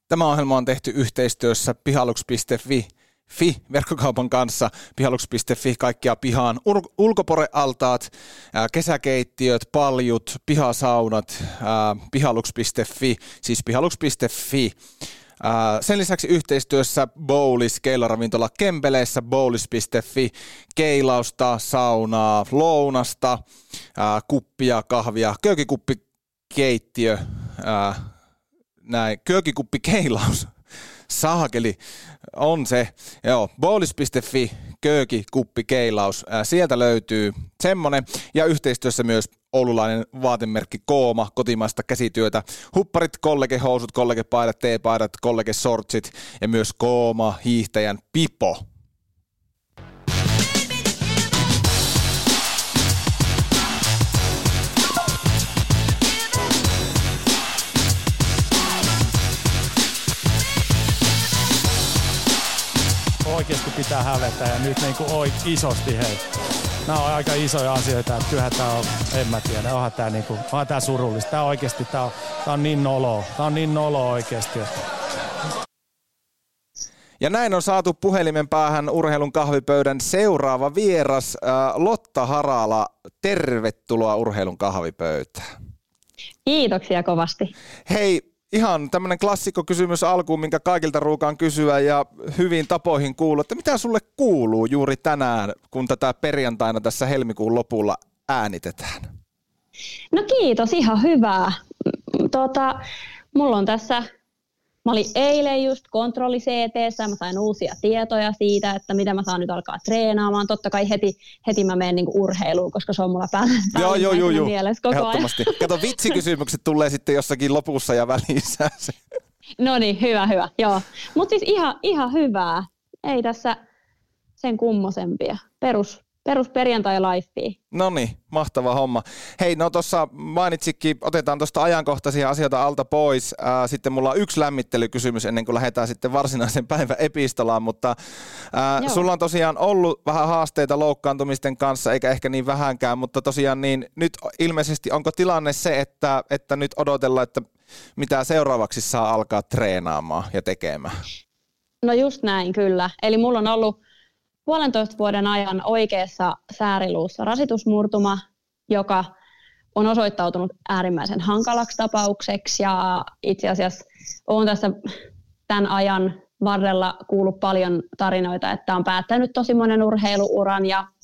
Tämä ohjelma on tehty yhteistyössä Pihalux.fi verkkokaupan kanssa. Pihalux.fi, kaikkia pihaan. Ulkoporealtaat, kesäkeittiöt, paljut, pihasaunat, Pihalux.fi, siis Pihalux.fi. Sen lisäksi yhteistyössä Bowlis, keilaravintola Kempeleissä, Bowlis.fi, keilausta, saunaa, lounasta, kuppia, kahvia, köökikuppikeittiö, köökikuppikeilaus, saakeli, on se, joo, Bowlis.fi, köökikuppikeilaus, sieltä löytyy semmonen, ja yhteistyössä myös oululainen vaatemerkki Kooma, kotimaista käsityötä, hupparit, kollegehousut, kollegepaidat, teepaidat, kollegesortsit ja myös Kooma, hiihtäjän pipo. Oikeasti pitää hävetä ja nyt niin kuin isosti hei. Nämä on aika isoja asioita, että kyllähän tämä on, en mä tiedä, onhan tämä surullista. Tämä oikeasti, tämä on niin noloa. Tämä on niin noloa oikeasti. Ja näin on saatu puhelimen päähän urheilun kahvipöydän seuraava vieras, Lotta Harala. Tervetuloa urheilun kahvipöytään. Kiitoksia kovasti. Hei, ihan tämmöinen klassikkokysymys alkuun, minkä kaikilta ruukaan kysyä ja hyvin tapoihin kuuluu, että mitä sulle kuuluu juuri tänään, kun tätä perjantaina tässä helmikuun lopulla äänitetään? No kiitos, ihan hyvää. Mulla on tässä, mä olin eilen just kontrolli CT:ssä, mä sain uusia tietoja siitä, että mitä mä saan nyt alkaa treenaamaan. Totta kai heti mä menen niinku urheiluun, koska se on mulla Joo. mielessä koko ajan. Kato, vitsikysymykset tulee sitten jossakin lopussa ja välissä. No niin, hyvä, joo. Mutta siis ihan hyvää. Ei tässä sen kummosempia. Perus perjantai-lifea. No niin, mahtava homma. Hei, no tuossa mainitsikin, otetaan tuosta ajankohtaisia asioita alta pois. Sitten mulla on yksi lämmittelykysymys ennen kuin lähdetään sitten varsinaisen päivän epistolaan, mutta sulla on tosiaan ollut vähän haasteita loukkaantumisten kanssa, eikä ehkä niin vähänkään, mutta tosiaan niin nyt ilmeisesti onko tilanne se, että nyt odotellaan, että mitä seuraavaksi saa alkaa treenaamaan ja tekemään? No just näin, kyllä. Eli mulla on ollut 1,5 vuoden ajan oikeassa sääriluussa rasitusmurtuma, joka on osoittautunut äärimmäisen hankalaksi tapaukseksi ja itse asiassa olen tässä tämän ajan varrella kuullut paljon tarinoita, että on päättänyt tosi monen urheiluuran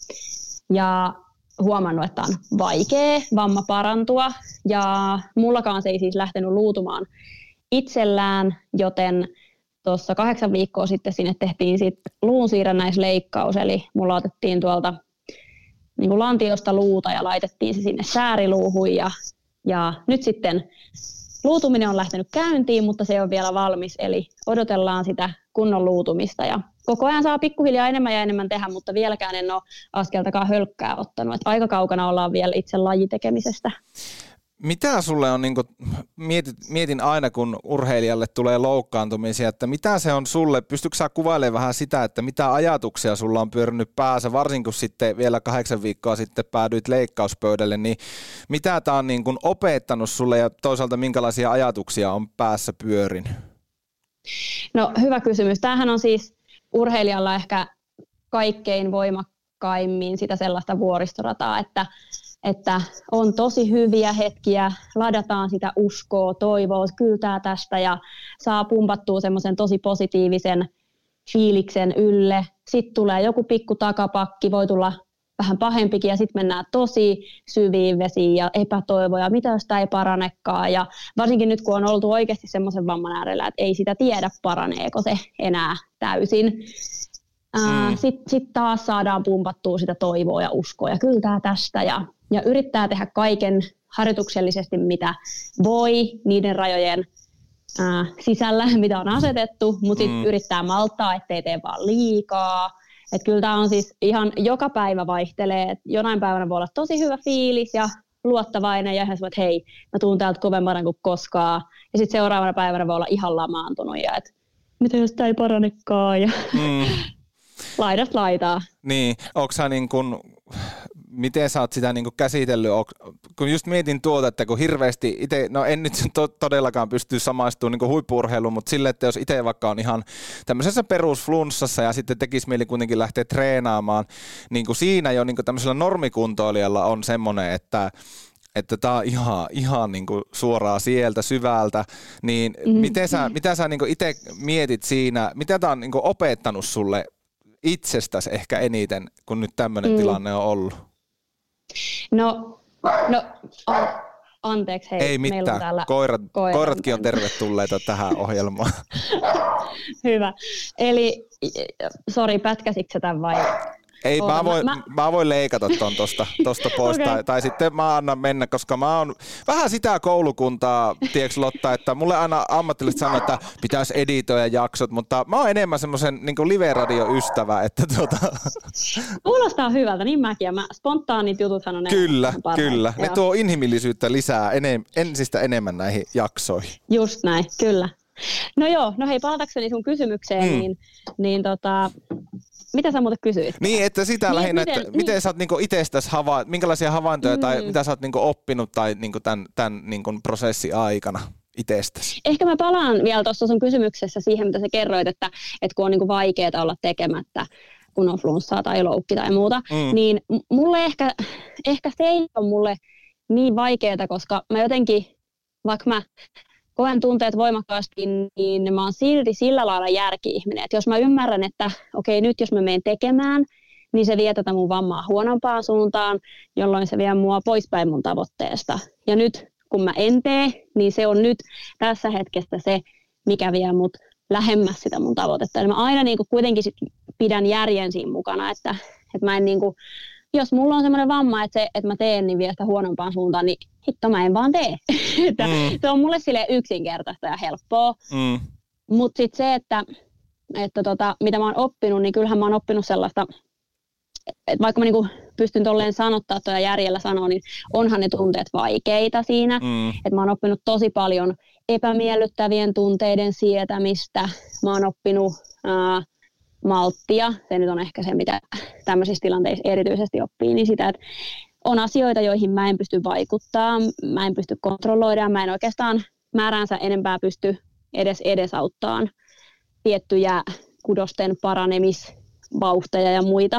ja huomannut, että on vaikea vamma parantua ja mullakaan se ei siis lähtenyt luutumaan itsellään, joten tuossa 8 viikkoa sitten sinne tehtiin luunsiirrännäisleikkaus, eli mulla otettiin tuolta niin kuin lantiosta luuta ja laitettiin se sinne sääriluuhun ja nyt sitten luutuminen on lähtenyt käyntiin, mutta se ei ole vielä valmis, eli odotellaan sitä kunnon luutumista ja koko ajan saa pikkuhiljaa enemmän ja enemmän tehdä, mutta vieläkään en ole askeltakaan hölkkää ottanut, että aika kaukana ollaan vielä itse lajitekemisestä. Mitä sulle on, niin kuin, mietin aina kun urheilijalle tulee loukkaantumisia, että mitä se on sulle, pystytkö sä kuvailemaan vähän sitä, että mitä ajatuksia sulla on pyörinyt päässä, varsinkin kun sitten vielä 8 viikkoa sitten päädyit leikkauspöydälle, niin mitä tää on niin kuin opettanut sulle ja toisaalta minkälaisia ajatuksia on päässä pyörinyt? No hyvä kysymys. Tämähän on siis urheilijalla ehkä kaikkein voimakkaimmin sitä sellaista vuoristorataa, että on tosi hyviä hetkiä, ladataan sitä uskoa, toivoa, kyltää tästä ja saa pumpattua semmoisen tosi positiivisen fiiliksen ylle. Sitten tulee joku pikku takapakki, voi tulla vähän pahempikin ja sitten mennään tosi syviin vesiin ja epätoivoja, mitä jos tämä ei paranekaan. Ja varsinkin nyt, kun on oltu oikeasti semmoisen vamman äärellä, että ei sitä tiedä, paraneeko se enää täysin. Sitten taas saadaan pumpattua sitä toivoa ja uskoa ja kyltää tästä ja yrittää tehdä kaiken harjoituksellisesti, mitä voi niiden rajojen sisällä, mitä on asetettu, mutta sitten yrittää malttaa, ettei tee vaan liikaa. Et kyllä tämä on siis ihan joka päivä vaihtelee. Et jonain päivänä voi olla tosi hyvä fiilis ja luottavainen ja ihan että hei, mä tuun täältä kovempana kuin koskaan. Ja sitten seuraavana päivänä voi olla ihan lamaantunut ja että mitä jos tämä ei paranekaan ja laidasta laitaa. Niin, onko sä niin kun, miten sä oot sitä niin kuin käsitellyt, kun just mietin tuota, että kun hirveästi itse, no en nyt todellakaan pysty samaistumaan niin kuin huippu-urheiluun, mutta sille, että jos itse vaikka on ihan tämmöisessä perusflunssassa ja sitten tekisi mieli kuitenkin lähteä treenaamaan, niin kuin siinä jo niin kuin tämmöisellä normikuntoilijalla on semmoinen, että tämä on ihan niin kuin suoraan sieltä syvältä, niin mitä sä niin kuin itse mietit siinä, mitä tämä on niin kuin opettanut sulle itsestäsi ehkä eniten, kun nyt tämmöinen tilanne on ollut? No anteeksi, hei. Ei mitään, meillä on täällä koiratkin on tervetulleita tähän ohjelmaan. Hyvä. Eli, sori, pätkäsitkö tämän vai? Ei, mä voin leikata ton tosta pois, okay. tai sitten mä annan mennä, koska mä oon vähän sitä koulukuntaa, tiedätkö Lotta, että mulle aina ammattilaiset sanoo, että pitäisi editoida jaksot, mutta mä oon enemmän semmoisen niin kuin live-radio-ystävä, että Kuulostaa hyvältä, niin mäkin, ja spontaanit jututhan on Kyllä, ne tuo inhimillisyyttä lisää ensistä enemmän näihin jaksoihin. Just näin, kyllä. No joo, hei, palatakseni sun kysymykseen, niin mitä sä muuten kysyit? Niin, että sitä lähinnä, että miten sä oot niinku itsestäsi minkälaisia havaintoja tai mitä sä oot niinku oppinut tai niinku tämän niinku prosessin aikana itsestäsi? Ehkä mä palaan vielä tuossa sun kysymyksessä siihen, mitä sä kerroit, että kun on niinku vaikeaa olla tekemättä, kun on flunssaa tai loukki tai muuta, niin mulle ehkä se ei ole mulle niin vaikeaa, koska mä jotenkin, vaikka mä koen tunteet voimakkaasti, niin mä oon silti sillä lailla järki-ihminen, että jos mä ymmärrän, että okei, nyt jos mä menen tekemään, niin se vie tätä mun vammaa huonompaan suuntaan, jolloin se vie mua poispäin mun tavoitteesta. Ja nyt kun mä en tee, niin se on nyt tässä hetkessä se, mikä vie mut lähemmäs sitä mun tavoitetta. Eli mä aina niin kuin kuitenkin sit pidän järjen siinä mukana, että mä en niin kuin, jos mulla on semmoinen vamma, että mä teen, niin vie sitä huonompaan suuntaan, niin hitto mä en vaan tee. Se on mulle silleen yksinkertaista ja helppoa. Mutta sitten se, että mitä mä oon oppinut, niin kyllähän mä oon oppinut sellaista, että vaikka mä niinku pystyn tolleen sanottaa ja järjellä sanoa, niin onhan ne tunteet vaikeita siinä. Että mä oon oppinut tosi paljon epämiellyttävien tunteiden sietämistä. Mä oon oppinut malttia. Se nyt on ehkä se, mitä tämmöisissä tilanteissa erityisesti oppii, niin sitä, että on asioita, joihin mä en pysty vaikuttaa, mä en pysty kontrolloida, mä en oikeastaan määräänsä enempää pysty edes edesauttamaan tiettyjä kudosten paranemisvauhteja ja muita.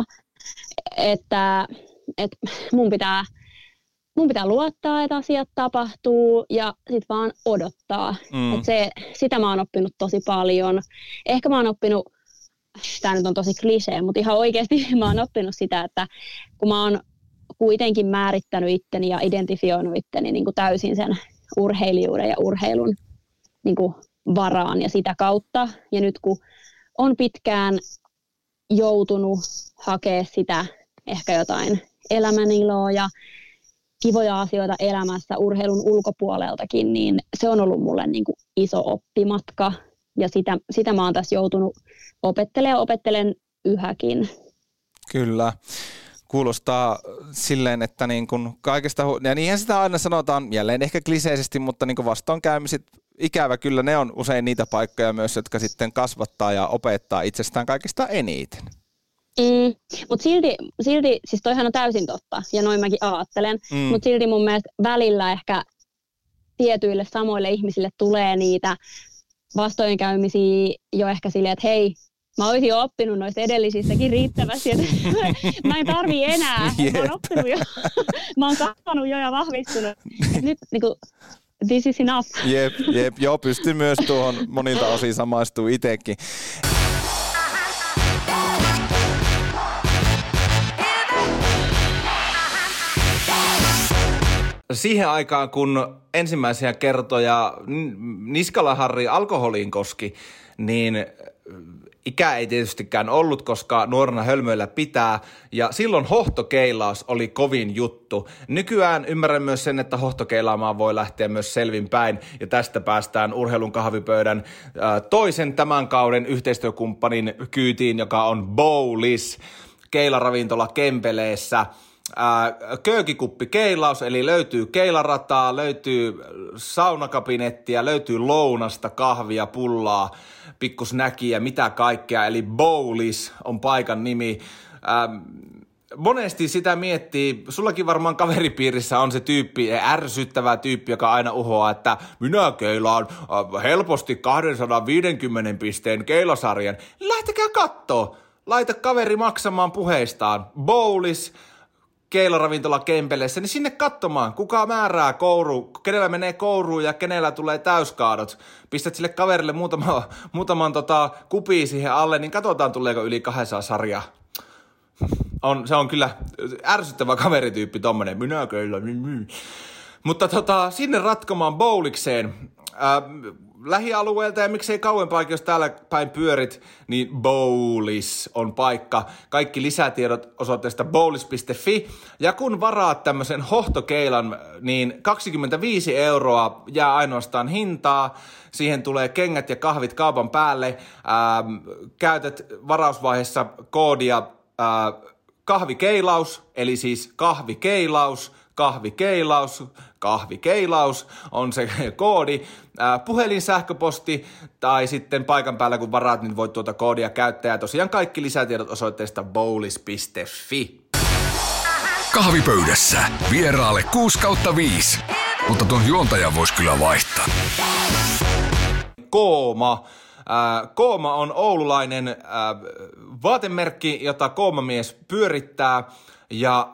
Että mun pitää luottaa, että asiat tapahtuu ja sit vaan odottaa. Sitä mä oon oppinut tosi paljon. Ehkä mä oon oppinut, tää nyt on tosi klisee, mutta ihan oikeasti mä oon oppinut sitä, että kun mä oon kuitenkin määrittänyt itteni ja identifioinut itteni niin kuin täysin sen urheilijuuden ja urheilun niin kuin varaan ja sitä kautta. Ja nyt kun on pitkään joutunut hakea sitä ehkä jotain elämäniloa ja kivoja asioita elämässä urheilun ulkopuoleltakin, niin se on ollut mulle niin kuin iso oppimatka. Ja sitä mä oon tässä joutunut opettelen yhäkin. Kyllä. Kuulostaa silleen, että niin kuin kaikesta, ja niinhän sitä aina sanotaan, jälleen ehkä kliseisesti, mutta niin kuin vastoinkäymiset, ikävä kyllä, ne on usein niitä paikkoja myös, jotka sitten kasvattaa ja opettaa itsestään kaikista eniten. Mutta silti, siis toihan on täysin totta, ja noin mäkin ajattelen, mutta silti mun mielestä välillä ehkä tietyille samoille ihmisille tulee niitä vastoinkäymisiä jo ehkä silleen, että hei, mä olisin jo oppinut noista edellisistäkin riittävästi, että mä en tarvii enää. Mä oon oppinut jo, mä oon kasvanut jo ja vahvistunut. Nyt niinku, this is enough. Jep, joo, pystyn myös tuohon monilta osin samaistumaan itsekin. Siihen aikaan, kun ensimmäisiä kertoja Niskala-Harri alkoholiin koski, niin ikä ei tietystikään ollut, koska nuorena hölmöillä pitää, ja silloin hohtokeilaus oli kovin juttu. Nykyään ymmärrän myös sen, että hohtokeilaamaan voi lähteä myös selvinpäin, ja tästä päästään urheilun kahvipöydän toisen tämän kauden yhteistyökumppanin kyytiin, joka on Bowlis, keilaravintola Kempeleessä. Köökikuppi keilaus, eli löytyy keilarataa, löytyy saunakabinettia, löytyy lounasta, kahvia, pullaa, pikkusnäkiä, mitä kaikkea, eli Bowlis on paikan nimi. monesti sitä miettii, sullakin varmaan kaveripiirissä on se tyyppi, ärsyttävä tyyppi, joka aina uhoaa, että minä keilaan helposti 250 pisteen keilasarjan. Lähtekää kattoo. Laita kaveri maksamaan puheistaan. Bowlis, keilaravintola Kempeleissä, niin sinne katsomaan, kuka määrää kenellä menee kouruun ja kenellä tulee täyskaadot. Pistät sille kaverille muutaman kupia siihen alle, niin katsotaan tuleeko yli 200 sarjaa. Se on kyllä ärsyttävä kaverityyppi tommonen. Minä kyllä. Mutta sinne ratkomaan bowlikseen. Lähialueelta ja miksei kauempaakin, jos täällä päin pyörit, niin Bowlis on paikka. Kaikki lisätiedot osoitteesta bowlis.fi. Ja kun varaat tämmöisen hohtokeilan, niin 25 € jää ainoastaan hintaa. Siihen tulee kengät ja kahvit kaupan päälle. Käytät varausvaiheessa koodia kahvikeilaus, eli siis kahvikeilaus on se koodi, puhelin, sähköposti tai sitten paikan päällä kun varaat, niin voit tuota koodia käyttää. Ja tosiaan kaikki lisätiedot osoitteesta bowlis.fi. Kahvipöydässä vieraalle 6/5, mutta ton juontajan voisi kyllä vaihtaa. Kooma. Kooma on oululainen vaatemerkki, jota Koomamies pyörittää ja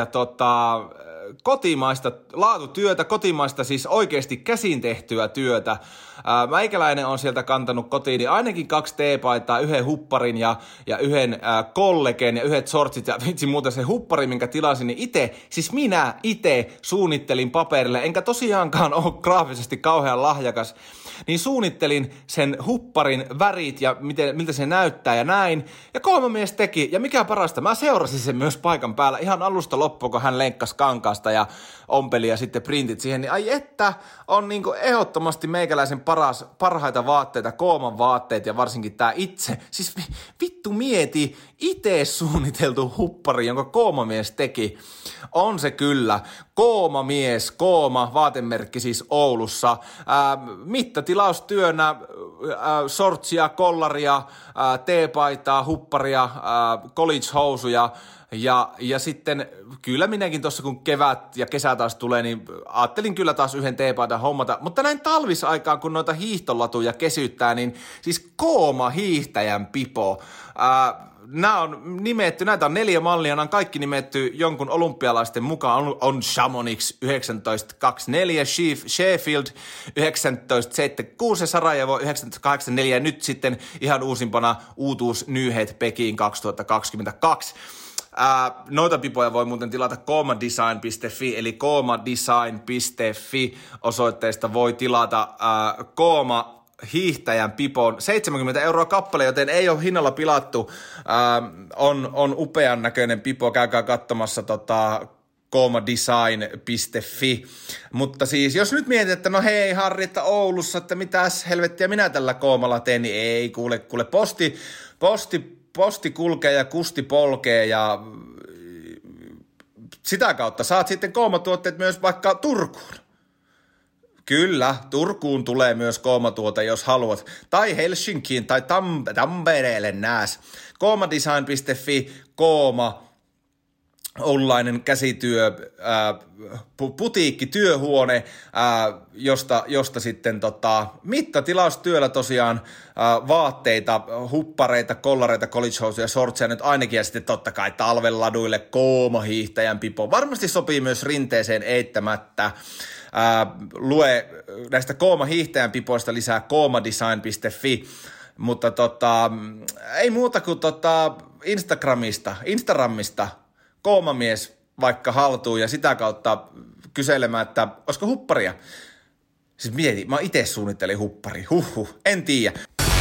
kotimaista laatutyötä, kotimaista siis oikeasti käsin tehtyä työtä. Meikäläinen on sieltä kantanut kotiin ainakin 2 teepaitaa, 1 hupparin ja 1 kollegen ja 1 shortsit. Ja vitsi muuten se huppari, minkä tilasin, niin minä itse suunnittelin paperille, enkä tosiaankaan ole graafisesti kauhean lahjakas. Niin suunnittelin sen hupparin värit ja miltä se näyttää ja näin. Ja Koomamies teki, ja mikä parasta, mä seurasin sen myös paikan päällä ihan alusta loppuun, kun hän lenkkasi kankaasta ja ompeli ja sitten printit siihen. Niin ai että, on niinku ehdottomasti meikäläisen parhaita vaatteita, Kooman vaatteet ja varsinkin tää itse. Siis vittu mieti, itse suunniteltu huppari, jonka Koomamies teki. On se kyllä. Koomamies, Kooma, vaatemerkki siis Oulussa. Mittatilaustyönä shortsia, kollaria, teepaitaa, hupparia, college-housuja. Ja sitten kyllä minäkin tuossa kun kevät ja kesä taas tulee, niin ajattelin kyllä taas 1 teepaidan hommata. Mutta näin talvisaikaan, kun noita hiihtolatuja kesyttää, niin siis Kooma hiihtäjän pipo. Nämä on nimetty, näitä on 4 mallia, nämä on kaikki nimetty jonkun olympialaisten mukaan. On Chamonix 1924, Sheffield 1976 ja Sarajevo 1984 ja nyt sitten ihan uusimpana uutuus Nyhet Peking 2022. Noita pipoja voi muuten tilata koomadesign.fi, eli koomadesign.fi osoitteesta voi tilata Kooma hiihtäjän pipon 70 € kappale, joten ei ole hinnalla pilattu. On upean näköinen pipo, käykää katsomassa koomadesign.fi. Mutta siis, jos nyt mietit, että no hei Harri, että Oulussa, että mitäs helvettiä minä tällä Koomalla teen, niin ei kuule posti kulkee ja kusti polkee ja sitä kautta saat sitten Koomatuotteet myös vaikka Turkuun. Kyllä, Turkuun tulee myös Koomatuote, jos haluat. Tai Helsinkiin tai Tampereelle nääs. Koomadesign.fi, Kooma, oululainen käsityö, putiikki, työhuone, josta sitten mittatilaustyöllä tosiaan vaatteita, huppareita, kollareita, college-housuja, shortseja nyt ainakin ja sitten totta kai talven laduille Kooma-hiihtäjän pipo. Varmasti sopii myös rinteeseen eittämättä. Lue näistä Kooma-hiihtäjän pipoista lisää koomadesign.fi, mutta ei muuta kuin Instagramista Koomamies vaikka haltuun ja sitä kautta kyselemään, että olisiko hupparia. Siis mieti, mä itse suunnittelin huppari. En tiedä.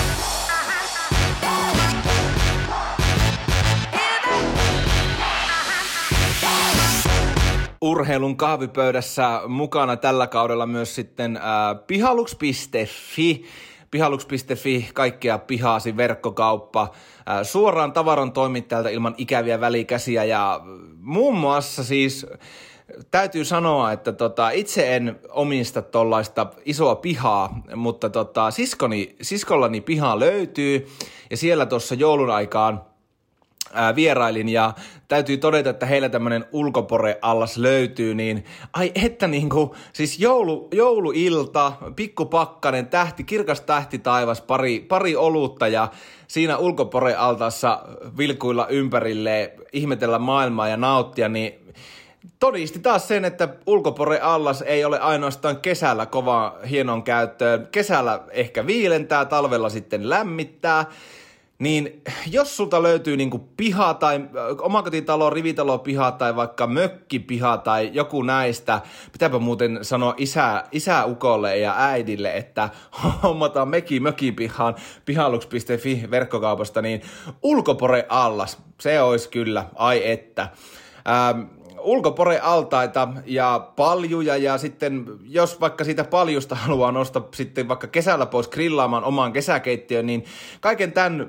Urheilun kahvipöydässä mukana tällä kaudella myös sitten Pihalux.fi. Pihalux.fi, kaikkea pihaasi, verkkokauppa, suoraan tavaran toimittajalta ilman ikäviä välikäsiä ja muun muassa siis täytyy sanoa, että itse en omista tollaista isoa pihaa, mutta siskollani piha löytyy ja siellä tuossa joulun aikaan vierailin ja täytyy todeta, että heillä tämmöinen ulkoporeallas löytyy, niin ai että niinku, siis jouluilta, pikkupakkanen, kirkas tähti taivas, pari olutta ja siinä ulkoporealtaassa vilkuilla ympärille, ihmetellä maailmaa ja nauttia, niin todisti taas sen, että ulkoporeallas ei ole ainoastaan kesällä kova hienon käyttöön, kesällä ehkä viilentää, talvella sitten lämmittää. Niin jos sulta löytyy niinku piha tai omakotitalo, rivitalo piha tai vaikka mökkipiha tai joku näistä, pitääpä muuten sanoa isäukolle ja äidille, että hommataan mökipihaan pihalux.fi verkkokaupasta, niin ulkoporeallas, se olisi kyllä, ai että. Ulkoporealtaita ja paljuja ja sitten jos vaikka siitä paljusta haluaa nostaa sitten vaikka kesällä pois grillaamaan omaan kesäkeittiöön, niin kaiken tämän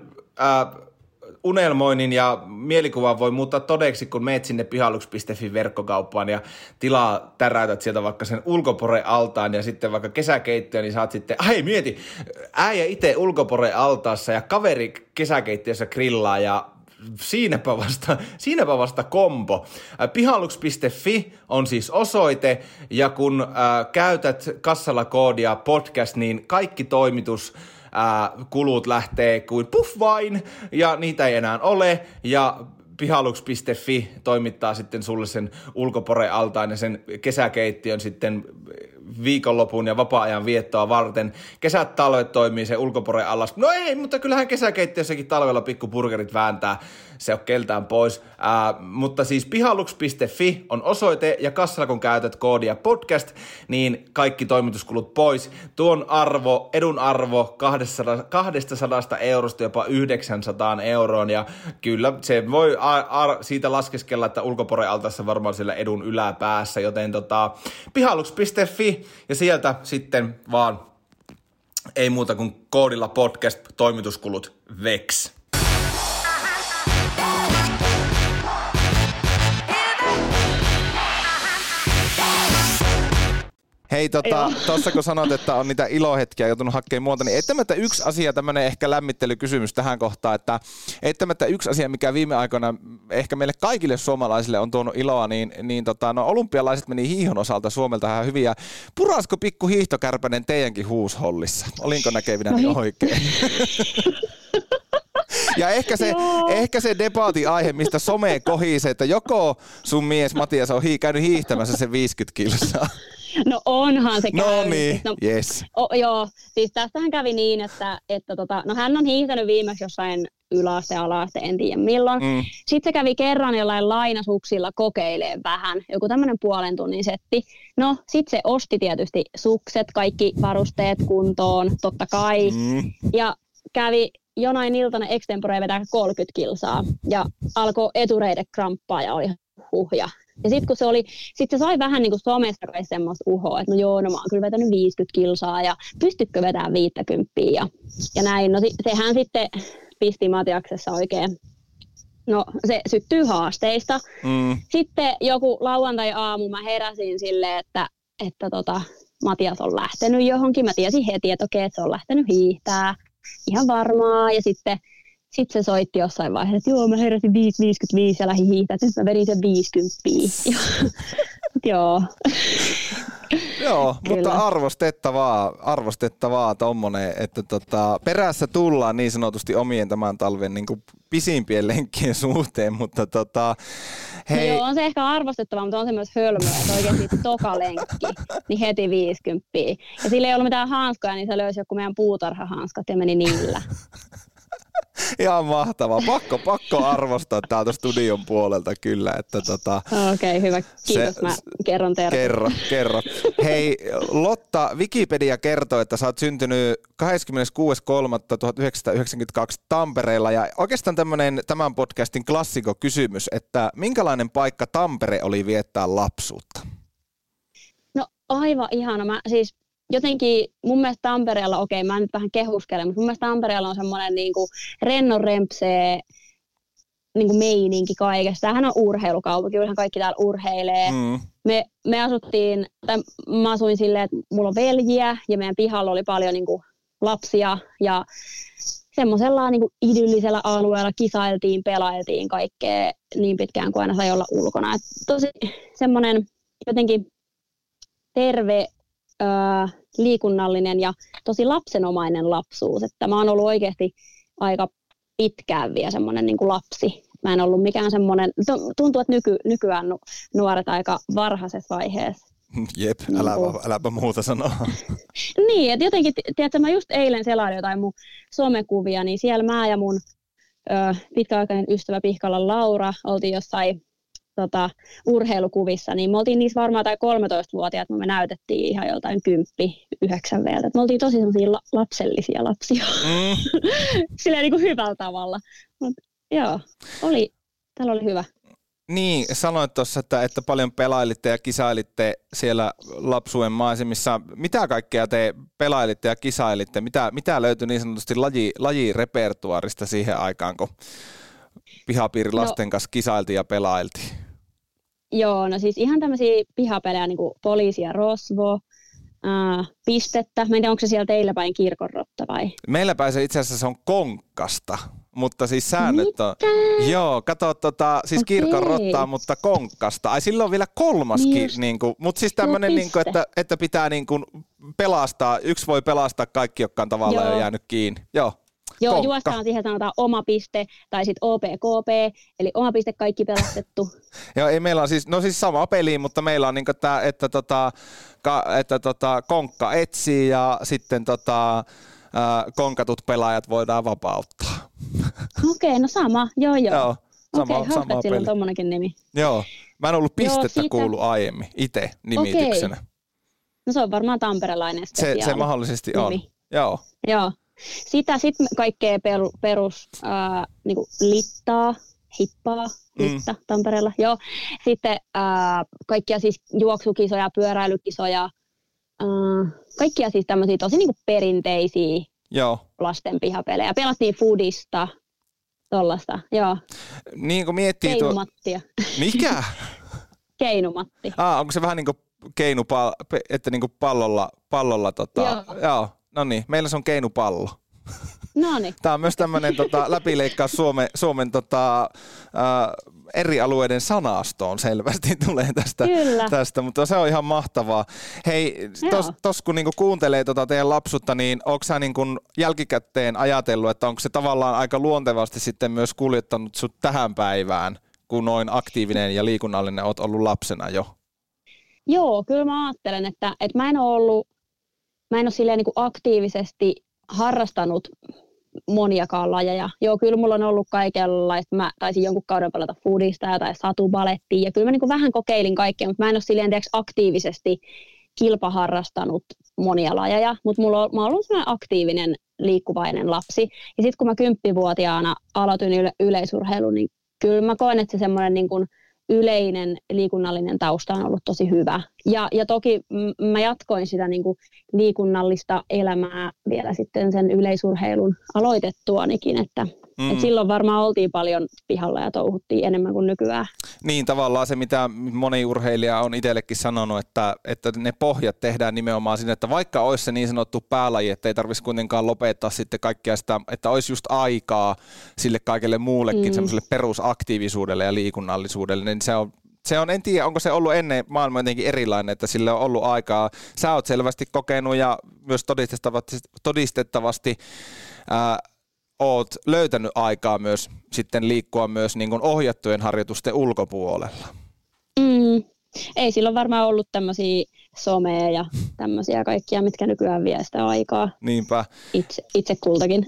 unelmoinnin ja mielikuvan voi muuttaa todeksi, kun meet sinne pihalux.fi verkkokauppaan ja täräytät sieltä vaikka sen ulkoporealtaan ja sitten vaikka kesäkeittiö, niin saat sitten, mieti, äijä itse ulkoporealtaassa ja kaveri kesäkeittiössä grillaa ja siinäpä vasta kombo. Pihalux.fi on siis osoite, ja kun käytät kassalla koodia podcast, niin kaikki toimituskulut lähtee kuin puff vain, ja niitä ei enää ole, ja pihalux.fi toimittaa sitten sulle sen ulkoporealtaan ja sen kesäkeittiön sitten viikonlopun ja vapaa-ajan viettoa varten. Kesät, talvet toimii se ulkoporeallas. No ei, mutta kyllähän kesäkeittiössäkin talvella pikkuburgerit vääntää. Se on keltään pois. Mutta siis pihalux.fi on osoite, ja kassalla kun käytät koodia podcast, niin kaikki toimituskulut pois. Tuon edun arvo 200 eurosta jopa 900 euroon, ja kyllä se voi siitä laskeskella, että ulkoporealtaassa varmaan siellä edun yläpäässä, joten pihalux.fi, ja sieltä sitten vaan ei muuta kuin koodilla podcast toimituskulut VEX. Hei, tuossa kun sanot, että on niitä ilohetkiä joutunut hakemaan muuta, niin eittämättä yksi asia, tämmöinen ehkä lämmittelykysymys tähän kohtaan, että eittämättä yksi asia, mikä viime aikoina ehkä meille kaikille suomalaisille on tuonut iloa, niin olympialaiset meni hiihon osalta Suomelta ihan hyvin, ja purasko pikku hiihtokärpänen teidänkin huushollissa? Olinko näkevinäni oikein? Ja ehkä se debaatin aihe, mistä some kohisee, että joko sun mies Matias on käynyt hiihtämässä se 50 kilsaa. No onhan se käynyt. No niin, yes. Joo, siis tästähän kävi niin, että hän on hiihtänyt viimeksi jossain yläaste, ala-aste, en tiedä milloin. Sitten se kävi kerran jollain lainasuksilla kokeilemaan vähän, joku tämmöinen 0,5 tunnin setti. No, sitten se osti tietysti sukset, kaikki varusteet kuntoon, totta kai. Ja kävi jonain iltana extemporeen vetää 30 kilsaa ja alkoi etureide kramppaa ja oli huhja. Ja sitten kun se sai vähän niin kuin somesta kai semmoista uhoa, että mä oon kyllä vetänyt 50 kilsaa ja pystykö vetämään 50 ja näin. No sehän sitten pisti Matiaksessa oikein. No se syttyy haasteista. Sitten joku lauantai-aamu mä heräsin silleen, että Matias on lähtenyt johonkin. Mä tiesin heti, että okei, että se on lähtenyt hiihtää. Ihan varmaa. Ja sitten se soitti jossain vaiheessa, että joo, mä heräsin 5.55 ja lähdin hiihtää. Sitten mä vedin sen 50. Joo. Joo, mutta arvostettavaa tommonen, että perässä tullaan niin sanotusti omien tämän talven niin kuin pisimpien lenkkien suhteen, mutta hei. No joo, on se ehkä arvostettavaa, mutta on se myös hölmöä, että oikeasti toka lenkki, niin heti 50. Ja sillä ei ollut mitään hanskoja, niin se löysi joku meidän puutarhahanskat ja meni niillä. Ihan mahtavaa. Pakko arvostaa täältä studion puolelta kyllä. Okei, hyvä. Kiitos. Mä kerron terveisiä. Kerro. Hei, Lotta, Wikipedia kertoo, että sä oot syntynyt 26.3.1992 Tampereella. Ja oikeastaan tämän podcastin klassikokysymys, että minkälainen paikka Tampere oli viettää lapsuutta? No aivan ihana. Siis jotenkin mun mielestä Tampereella, mä nyt vähän kehuskelen, mutta mun mielestä Tampereella on semmoinen niinku rennon rempsee niinku meininki kaikesta. Tämähän on urheilukaupunki, kyllähän kaikki täällä urheilee. Mä asuin silleen, että mulla on veljiä ja meidän pihalla oli paljon niinku lapsia ja semmoisella niin kuin idyllisellä alueella kisailtiin, pelailtiin kaikkea niin pitkään kuin aina sai olla ulkona. Et tosi semmoinen jotenkin terve, liikunnallinen ja tosi lapsenomainen lapsuus. Että mä oon ollut oikeasti aika pitkään vielä semmoinen niin kuin lapsi. Mä en ollut mikään semmoinen, tuntuu, että nykyään nuoret aika varhaisessa vaiheessa. Jep, äläpä muuta sanoa. Niin, että jotenkin, tiedätkö, mä just eilen selailin jotain mun somekuvia, niin siellä mä ja mun pitkäaikainen ystävä Pihkalan Laura oltiin jossain urheilukuvissa, niin me oltiin niissä varmaan tai 13-vuotiaat, mutta me näytettiin ihan joltain 10-9 veeltä. Me oltiin tosi sellaisia lapsellisia lapsia. Silleen niin kuin hyvällä tavalla. Mut, joo, täällä oli hyvä. Niin, sanoit tuossa, että paljon pelailitte ja kisailitte siellä lapsuuden maisemissa. Mitä kaikkea te pelailitte ja kisailitte? Mitä löytyi niin sanotusti lajirepertuaarista siihen aikaan, kun pihapiirilasten kanssa kisailtiin ja pelailtiin? Joo, no siis ihan tämmöisiä pihapelejä, niin kuin poliisi ja rosvo, pistettä. Mä en tiedä, onko se siellä teillä päin kirkonrotta vai? Meillä päin se itse asiassa on konkkasta, mutta siis säännöt on... Joo, kato siis kirkonrottaa, mutta konkkasta. Ai silloin on vielä kolmaskin, niin kuin, mutta siis tämmöinen, niin kuin, että pitää niin kuin pelastaa, yksi voi pelastaa kaikki, jotka on tavallaan jo jäänyt kiinni. Joo, juostaan siihen sanotaan oma piste tai sitten OPKP, eli oma piste kaikki pelastettu. Joo, ei meillä on siis sama peli, mutta meillä on niin kuin tämä, että konkka etsii ja sitten konkatut pelaajat voidaan vapauttaa. Okei, no sama, joo. Sama hauska, että sillä on tommonenkin nimi. Joo, mä en ollut pistettä kuullut aiemmin itse nimityksenä. Okei. No se on varmaan tamperelainen spesiaali. Se mahdollisesti on, nimi. Joo. Sitä sitten kaikkea perus niinku littaa, hippaa, litta Tampereella. Joo. Sitten kaikkia siis juoksukisoja, pyöräilykisoja, kaikkia siis tämmöisiä tosi niinku perinteisiä lasten pihapelejä. Pelattiin foodista, tollaista, joo. Niin kuin miettii Keinumattia. Mikä? Keinumatti. Onko se vähän niin kuin että niin kuin pallolla joo. No niin, meillä se on keinupallo. Noniin. Tämä on myös tämmöinen läpileikkaus Suomen eri alueiden sanastoon selvästi tulee tästä, mutta se on ihan mahtavaa. Hei, tos kun niinku kuuntelee teidän lapsutta, niin onko sä niinku jälkikäteen ajatellut, että onko se tavallaan aika luontevasti sitten myös kuljettanut sut tähän päivään, kun noin aktiivinen ja liikunnallinen oot ollut lapsena jo? Joo, kyllä mä ajattelen, että mä en ole silleen niinku aktiivisesti harrastanut moniakaan lajeja. Joo, kyllä mulla on ollut kaikenlaista. Mä taisin jonkun kauden pelata foodista tai satubalettia. Ja kyllä mä niinku vähän kokeilin kaikkea, mutta mä en ole silleen aktiivisesti kilpaharrastanut monia lajeja. Mutta mä oon ollut sellainen aktiivinen, liikkuvainen lapsi. Ja sitten kun mä 10-vuotiaana aloitin yleisurheilun, niin kyllä mä koen, että se semmoinen niin kuin yleinen liikunnallinen tausta on ollut tosi hyvä. Ja toki mä jatkoin sitä niin kuin liikunnallista elämää vielä sitten sen yleisurheilun aloitettuanikin, että silloin varmaan oltiin paljon pihalla ja touhuttiin enemmän kuin nykyään. Niin, tavallaan se, mitä moni urheilija on itsellekin sanonut, että ne pohjat tehdään nimenomaan sinne, että vaikka olisi se niin sanottu päälaji, että ei tarvitsisi kuitenkaan lopettaa sitten kaikkea sitä, että olisi just aikaa sille kaikelle muullekin semmoiselle perusaktiivisuudelle ja liikunnallisuudelle, niin se on, en tiedä, onko se ollut ennen maailmaa jotenkin erilainen, että sille on ollut aikaa. Sä oot selvästi kokenut ja myös todistettavasti oot löytänyt aikaa myös sitten liikkua myös niin kuin ohjattujen harjoitusten ulkopuolella. Ei silloin varmaan ollut tämmöisiä somea ja tämmöisiä kaikkia, mitkä nykyään vie sitä aikaa. Niinpä. Itse kultakin.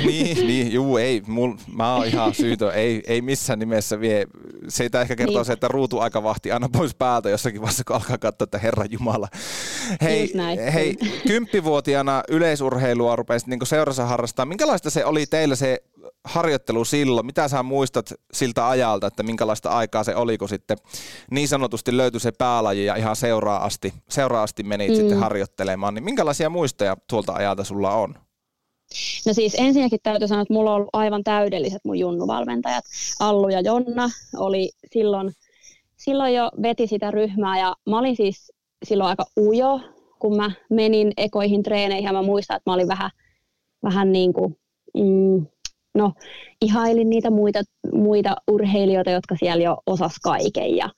Mä oon ihan syytön, ei missään nimessä vie. Siitä ehkä kertoo se, että ruutuaika vahti aina pois päältä jossakin vaiheessa, kun alkaa katsoa, että Herran Jumala. Hei, 10-vuotiaana yleisurheilua rupesit niin seurassa harrastaa. Minkälaista se oli teillä se harjoittelu silloin? Mitä sä muistat siltä ajalta, että minkälaista aikaa se oli, kun sitten niin sanotusti löytyi se päälaji ja ihan seuraa asti menit sitten harjoittelemaan, niin minkälaisia muistoja tuolta ajalta sulla on? No siis ensinnäkin täytyy sanoa, että mulla on ollut aivan täydelliset mun junnuvalmentajat. Allu ja Jonna oli silloin jo veti sitä ryhmää ja mä olin siis silloin aika ujo, kun mä menin ekoihin treeneihin ja mä muistan, että mä olin vähän niin kuin no ihailin niitä muita urheilijoita, jotka siellä jo osas kaiken ja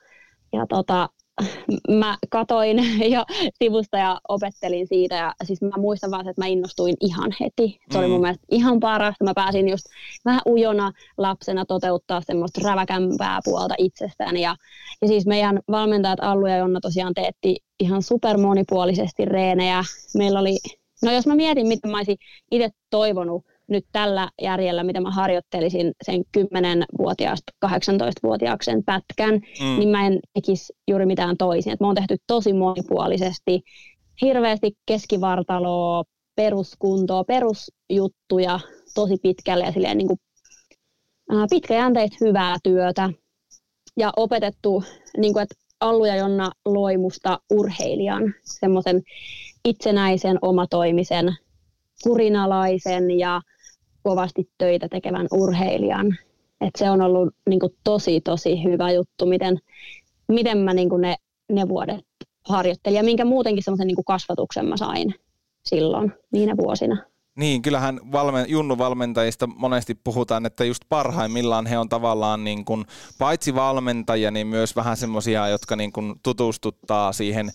mä katoin jo sivusta ja opettelin siitä ja siis mä muistan vaan, että mä innostuin ihan heti. Se oli mun mielestä ihan parasta. Mä pääsin just vähän ujona lapsena toteuttaa semmoista räväkämpää puolta itsestäni ja siis meidän valmentajat Allu ja Jonna tosiaan teetti ihan super monipuolisesti reenejä. Meillä oli, no jos mä mietin, mitä mä olisin itse toivonut nyt tällä järjellä, mitä mä harjoittelisin sen 10-vuotiaasta 18-vuotiaaksi sen pätkän, niin mä en tekisi juuri mitään toisin. Et mä oon tehty tosi monipuolisesti, hirveästi keskivartaloa, peruskuntoa, perusjuttuja tosi pitkälle ja silleen niin kuin, pitkäjänteistä hyvää työtä ja opetettu, niin kuin, että Allu ja Jonna loi musta urheilijan, semmoisen itsenäisen, omatoimisen, kurinalaisen ja kovasti töitä tekevän urheilijan. Et se on ollut niin kuin tosi hyvä juttu, miten mä niin kuin ne vuodet harjoittelin ja minkä muutenkin semmoisen niin kuin kasvatuksen mä sain silloin niinä vuosina. Niin, kyllähän junnuvalmentajista monesti puhutaan, että just parhaimmillaan he on tavallaan niin kuin, paitsi valmentajia, niin myös vähän semmoisia, jotka niin kuin tutustuttaa siihen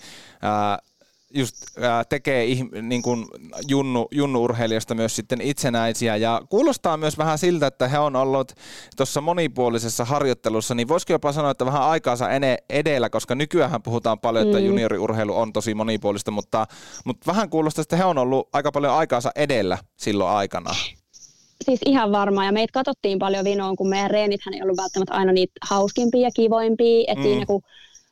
tekee niin kuin junnu-urheilijoista myös sitten itsenäisiä ja kuulostaa myös vähän siltä, että he on ollut tuossa monipuolisessa harjoittelussa, niin voisiko jopa sanoa, että vähän aikaansa edellä, koska nykyään puhutaan paljon, että junioriurheilu on tosi monipuolista, mutta vähän kuulostaa, että he on ollut aika paljon aikaansa edellä silloin aikana. Siis ihan varmaan, ja meitä katsottiin paljon vinoon, kun meidän reenithän ei ollut välttämättä aina niitä hauskimpia ja kivoimpia, että siinä kun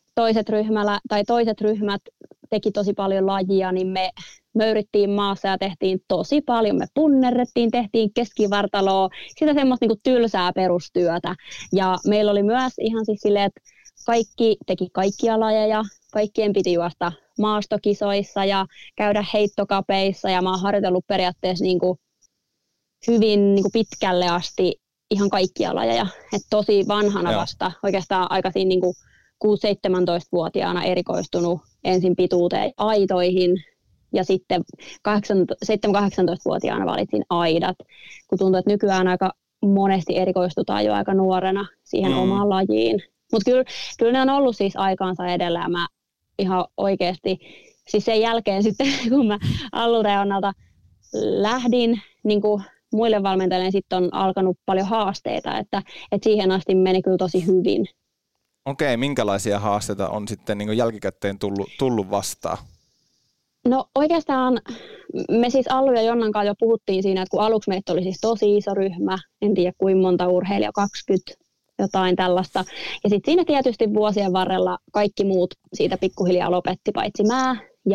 toiset ryhmät teki tosi paljon lajia, niin me möyrittiin maassa ja tehtiin tosi paljon. Me punnerrettiin, tehtiin keskivartaloa, sitä semmoista niin kuin tylsää perustyötä. Ja meillä oli myös ihan siis silleen, että kaikki teki kaikkia lajeja, kaikkien piti juosta maastokisoissa ja käydä heittokapeissa. Ja mä oon harjoitellut periaatteessa niin kuin hyvin niin kuin pitkälle asti ihan kaikkia lajeja. Et tosi vanhana vasta, oikeastaan aika siinä niin kuin 6-17-vuotiaana erikoistunut ensin pituuteen aitoihin ja sitten 7-18-vuotiaana valitsin aidat, kun tuntuu, että nykyään aika monesti erikoistutaan jo aika nuorena siihen omaan lajiin. Mutta kyllä ne on ollut siis aikaansa edellä ja mä ihan oikeasti, siis sen jälkeen sitten kun mä Allulta ja Jonnalta lähdin niin kuin muille valmentajille, niin sitten on alkanut paljon haasteita, että siihen asti meni kyllä tosi hyvin. Okei, minkälaisia haasteita on sitten niin kuin jälkikäteen tullut vastaan? No oikeastaan me siis Allu ja Jonnan kanssa jo puhuttiin siinä, että kun aluksi meitä oli siis tosi iso ryhmä, en tiedä kuinka monta urheilijaa, 20, jotain tällaista. Ja sitten siinä tietysti vuosien varrella kaikki muut siitä pikkuhiljaa lopetti, paitsi mä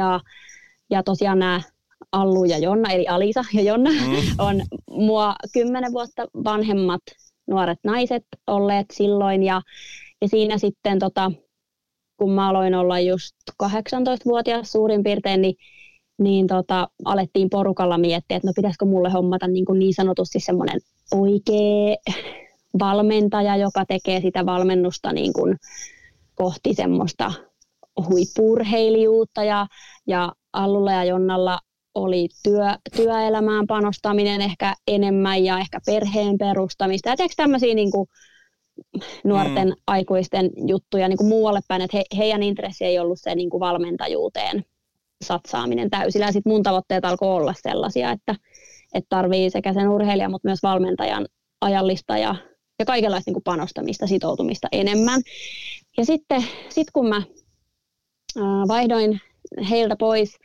ja tosiaan nämä Allu ja Jonna, eli Alisa ja Jonna, on mua 10 vuotta vanhemmat nuoret naiset olleet silloin ja siinä sitten, kun mä aloin olla just 18-vuotias suurin piirtein, niin alettiin porukalla miettiä, että no pitäisikö mulle hommata niin sanotusti semmoinen oikea valmentaja, joka tekee sitä valmennusta niin kuin kohti semmoista huippu-urheilijuutta ja Allulla ja Jonnalla oli työelämään panostaminen ehkä enemmän ja ehkä perheen perustamista. Ja tiedätkö tämmöisiä niin kuin nuorten aikuisten juttuja niin kuin muualle päin, että heidän intressi ei ollut se niin kuin valmentajuuteen satsaaminen täysillä. Ja sitten mun tavoitteet alkoi olla sellaisia, että tarvii sekä sen urheilijan, mutta myös valmentajan ajallista ja kaikenlaista niin kuin panostamista, sitoutumista enemmän. Ja sitten kun mä vaihdoin heiltä pois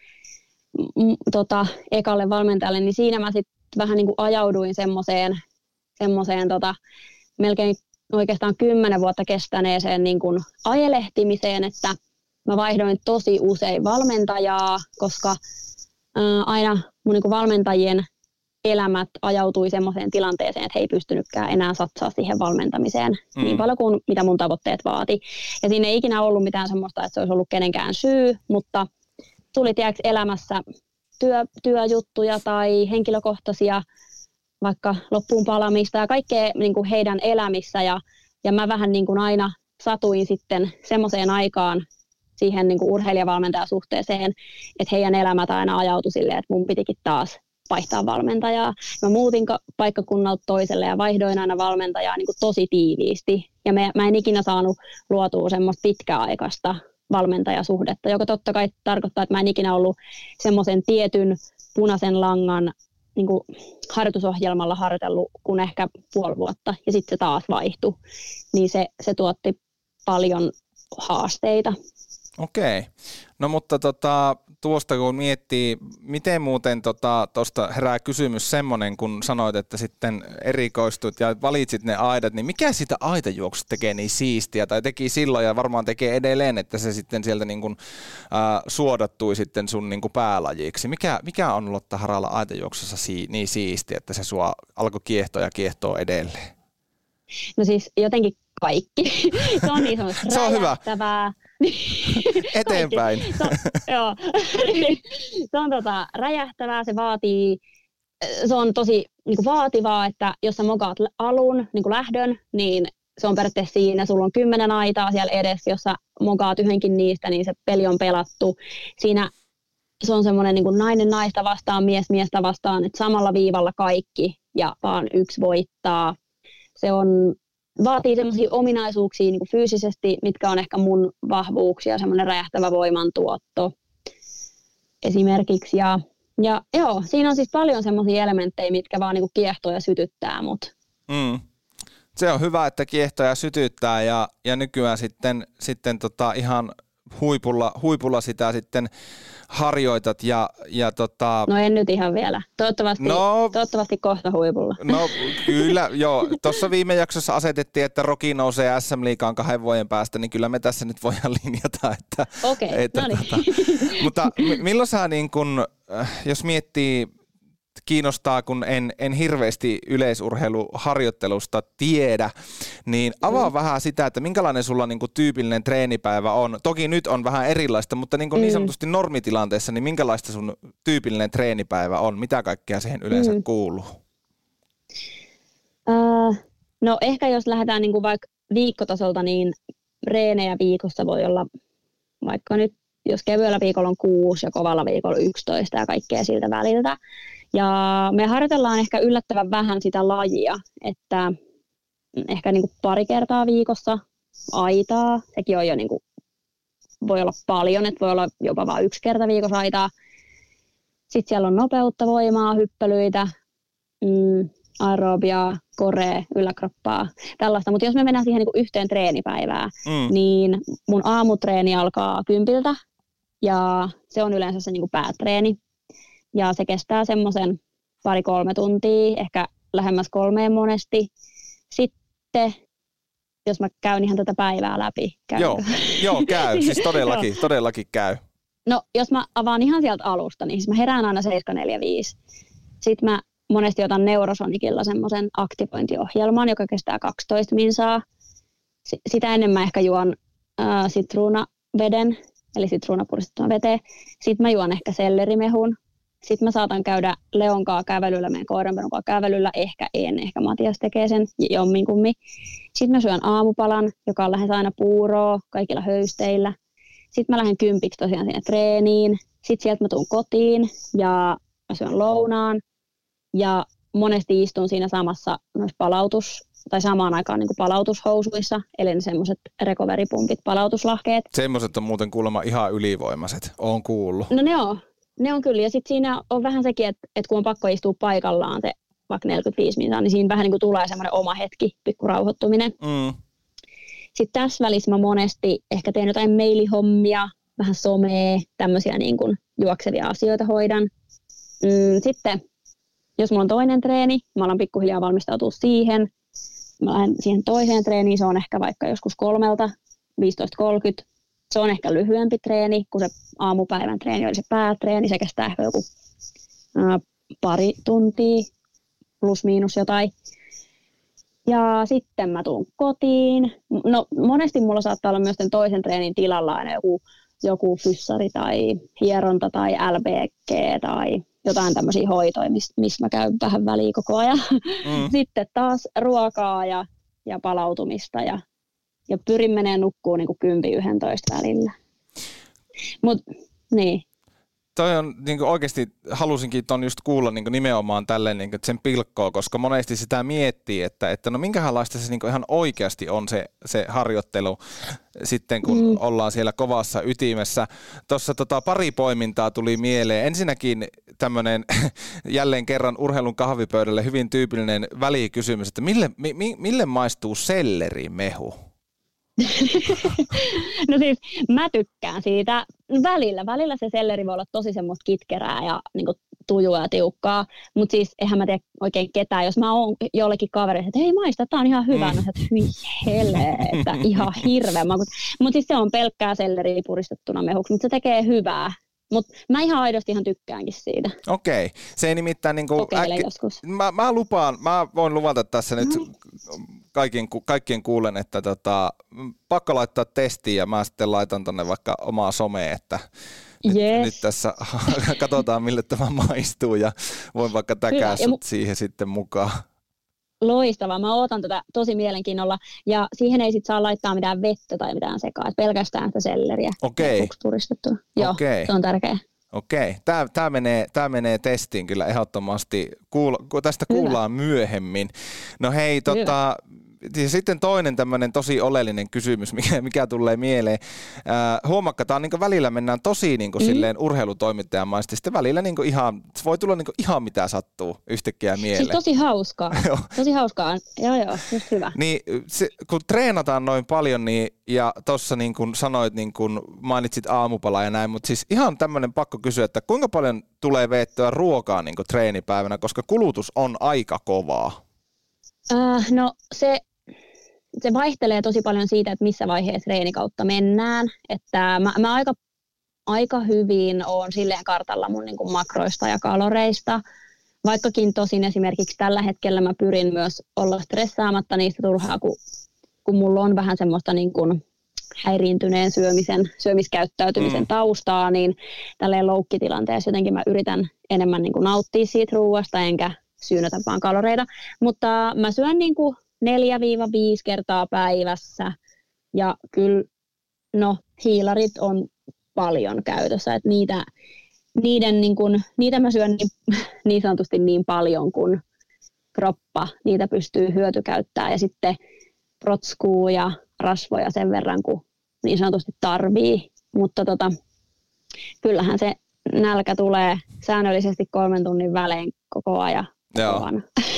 ekalle valmentajalle, niin siinä mä sitten vähän niin kuin ajauduin semmoiseen melkein oikeastaan 10 vuotta kestäneeseen niin kuin ajelehtimiseen, että mä vaihdoin tosi usein valmentajaa, koska aina mun niin kuin valmentajien elämät ajautui semmoiseen tilanteeseen, että he ei pystynytkään enää satsaa siihen valmentamiseen niin paljon kuin mitä mun tavoitteet vaati. Ja siinä ei ikinä ollut mitään semmoista, että se olisi ollut kenenkään syy, mutta tuli tiedätkö elämässä työjuttuja tai henkilökohtaisia vaikka loppuun palamista ja kaikkea niin kuin heidän elämissä ja mä vähän niin kuin aina satuin sitten semmoiseen aikaan siihen niin kuin urheilijavalmentajasuhteeseen, että heidän elämät aina ajautui silleen, että mun pitikin taas vaihtaa valmentajaa. Mä muutin paikkakunnalta toiselle ja vaihdoin aina valmentajaa niin kuin tosi tiiviisti. Ja mä en ikinä saanut luotua semmoista pitkäaikaista valmentajasuhdetta, joka totta kai tarkoittaa, että mä en ikinä ollut semmoisen tietyn punaisen langan niin kuin harjoitusohjelmalla harjoitellut kuin ehkä puoli vuotta ja sitten se taas vaihtui. Niin se tuotti paljon haasteita. Okei. No mutta tuosta kun miettii, miten muuten tuosta herää kysymys semmoinen, kun sanoit, että sitten erikoistut ja valitsit ne aidat, niin mikä siitä aitajuoksusta tekee niin siistiä tai teki silloin ja varmaan tekee edelleen, että se sitten sieltä niin kuin, suodattui sitten sun niin kuin päälajiksi. Mikä on Lotta Harala aitajuoksussa niin siistiä, että se sua alkoi kiehtoa ja kiehtoo edelleen? No siis jotenkin kaikki. Se on niin se on hyvä. Eteenpäin. Joo. Se on räjähtävää, se on tosi niin kuin vaativaa, että jos sä mokaat alun niin kuin lähdön, niin se on periaatteessa siinä, sulla on 10 aitaa siellä edessä, jos sä mokaat yhdenkin niistä, niin se peli on pelattu. Siinä se on semmoinen niin kuin nainen naista vastaan, mies miestä vastaan, että samalla viivalla kaikki ja vaan yksi voittaa. Se vaatii sellaisia ominaisuuksia niin kuin fyysisesti, mitkä on ehkä mun vahvuuksia, semmoinen räjähtävä voimantuotto esimerkiksi. Ja joo, siinä on siis paljon semmoisia elementtejä, mitkä vaan niin kuin kiehtoo ja sytyttää mut. Se on hyvä, että kiehtoo ja sytyttää ja nykyään sitten ihan huipulla sitä sitten harjoitat ja No en nyt ihan vielä. Toivottavasti kohta huipulla. No kyllä, joo. Tuossa viime jaksossa asetettiin, että Roki nousee SM-liigaan 2 vuoden päästä, niin kyllä me tässä nyt voidaan linjata, että... Okei, no niin. Mutta milloin sä niin kun, jos miettii, kiinnostaa, kun en hirveästi yleisurheiluharjoittelusta tiedä, niin avaa vähän sitä, että minkälainen sulla niin kuin tyypillinen treenipäivä on. Toki nyt on vähän erilaista, mutta niin, niin sanotusti normitilanteessa, niin minkälaista sun tyypillinen treenipäivä on? Mitä kaikkea siihen yleensä kuuluu? No ehkä jos lähdetään niin kuin vaikka viikkotasolta, niin reenejä viikossa voi olla vaikka nyt, jos kevyellä viikolla on 6 ja kovalla viikolla 11 ja kaikkea siltä väliltä. Ja me harjoitellaan ehkä yllättävän vähän sitä lajia, että ehkä niin kuin 2 kertaa viikossa aitaa, sekin on jo niin kuin, voi olla paljon, että voi olla jopa vain 1 kerta viikossa aitaa. Sitten siellä on nopeutta, voimaa, hyppelyitä, aerobiaa, korea, yläkroppaa, tällaista. Mutta jos me mennään siihen niin kuin yhteen treenipäivään, niin mun aamutreeni alkaa 10 ja se on yleensä se niin kuin päätreeni. Ja se kestää semmoisen 2-3 tuntia, ehkä lähemmäs 3 monesti. Sitten, jos mä käyn ihan tätä päivää läpi. Joo, käy. Siis todellakin käy. No, jos mä avaan ihan sieltä alusta, niin siis mä herään aina 7:45. Sitten mä monesti otan Neurosonicilla semmoisen aktivointiohjelman, joka kestää 12 minsaa. Sitä ennen mä ehkä juon sitruunaveden, eli sitruunapuristettua veteen. Sitten mä juon ehkä sellerimehun. Sitten mä saatan käydä Leonkaa kävelyllä, meidän koiranpenukaa kävelyllä, ehkä Matias tekee sen jomminkummin. Sitten mä syön aamuppalan, joka on lähes aina puuroa, kaikilla höysteillä. Sitten mä lähden 10 tosiaan sinne treeniin. Sitten sieltä mä tuun kotiin ja mä syön lounaan. Ja monesti istun siinä samassa tai samaan aikaan niin kuin palautushousuissa, eli ne semmoiset recovery-pumpit, palautuslahkeet. Semmoiset on muuten kuulemma ihan ylivoimaiset, oon kuullut. No ne on kyllä, ja sitten siinä on vähän sekin, että kun on pakko istua paikallaan se vaikka 45 minuuttia, niin siinä vähän niin kuin tulee semmoinen oma hetki, pikku rauhoittuminen. Sitten tässä välissä mä monesti ehkä teen jotain mailihommia, vähän somea, tämmöisiä niin kuin juoksevia asioita hoidan. Sitten, jos mulla on toinen treeni, mä alan pikkuhiljaa valmistautua siihen. Mä lähden siihen toiseen treeniin, se on ehkä vaikka joskus 3:15:30. Se on ehkä lyhyempi treeni, kun se aamupäivän treeni oli se päätreeni. Se kestää ehkä joku 2 tuntia, plus miinus jotain. Ja sitten mä tuun kotiin. No monesti mulla saattaa olla myös sen toisen treenin tilalla aina joku fyssari tai hieronta tai LBG tai jotain tämmöisiä hoitoja, missä mä käyn vähän väliin koko ajan. Sitten taas ruokaa ja palautumista ja pyrin menee nukkuun niin kuin 10-11 välillä. Mut, niin. toi on niin oikeasti, halusinkin ton just kuulla niin nimenomaan tälleen, niin sen pilkkoa, koska monesti sitä miettii, että no minkälaista se niin ihan oikeasti on se harjoittelu sitten, kun ollaan siellä kovassa ytimessä. Tuossa pari poimintaa tuli mieleen. Ensinnäkin tämmöinen jälleen kerran urheilun kahvipöydälle hyvin tyypillinen välikysymys, että mille maistuu sellerimehu? No siis mä tykkään siitä välillä se selleri voi olla tosi semmoista kitkerää ja niinku tujua ja tiukkaa, mutta siis eihän mä tiedä oikein ketään, jos mä oon jollekin kaverille, että hei maista, tää on ihan hyvä, no että hyi että ihan hirveä. Mutta siis se on pelkkää selleriä puristettuna mehuksi, mutta se tekee hyvää. Mutta mä ihan aidosti ihan tykkäänkin siitä. Okei. Se ei nimittäin niinku joskus. Mä voin luvata tässä nyt kaikkien kuulen, että pakko laittaa testiin ja mä sitten laitan tonne vaikka omaa someen, että nyt tässä katsotaan mille tämä maistuu ja voin vaikka täkää sut siihen sitten mukaan. Loistavaa. Mä ootan tätä tosi mielenkiinnolla ja siihen ei sit saa laittaa mitään vettä tai mitään sekaan, pelkästään sitä selleriä. Okei. Joo, se on tärkeä. Okei. Tää menee testiin kyllä ehdottomasti. Tästä kuullaan myöhemmin. No hei, sitten toinen tämmöinen tosi oleellinen kysymys, mikä tulee mieleen. Huomakka, tää on niin välillä mennään tosi niin silleen urheilutoimittajan maisesti. Sitten välillä niin ihan, voi tulla niin ihan mitä sattuu yhtäkkiä mieleen. Siis tosi hauskaa. Tosi hauskaa. Joo, just hyvä. Niin, kun treenataan noin paljon, niin, ja tuossa niin kuin sanoit, niin kuin mainitsit aamupala ja näin, mutta siis ihan tämmöinen pakko kysyä, että kuinka paljon tulee veettyä ruokaa niin kuin treenipäivänä, koska kulutus on aika kovaa? No se vaihtelee tosi paljon siitä, että missä vaiheessa treenikautta mennään. Että mä aika hyvin oon silleen kartalla mun niin kuin makroista ja kaloreista. Vaikkakin tosin esimerkiksi tällä hetkellä mä pyrin myös olla stressaamatta niistä turhaa, kun mulla on vähän semmoista niin kuin häiriintyneen syömiskäyttäytymisen taustaa, niin tälleen loukkitilanteessa jotenkin mä yritän enemmän niin kuin nauttia siitä ruuasta, enkä syynätä vaan kaloreita. Mutta mä syön niin kuin 4-5 kertaa päivässä ja kyllä hiilarit on paljon käytössä, että niitä mä syön niin sanotusti niin paljon kuin kroppa niitä pystyy hyötykäyttämään ja sitten protskuu ja rasvoja sen verran kuin niin sanotusti tarvii, mutta kyllähän se nälkä tulee säännöllisesti 3 tunnin välein koko ajan. Joo.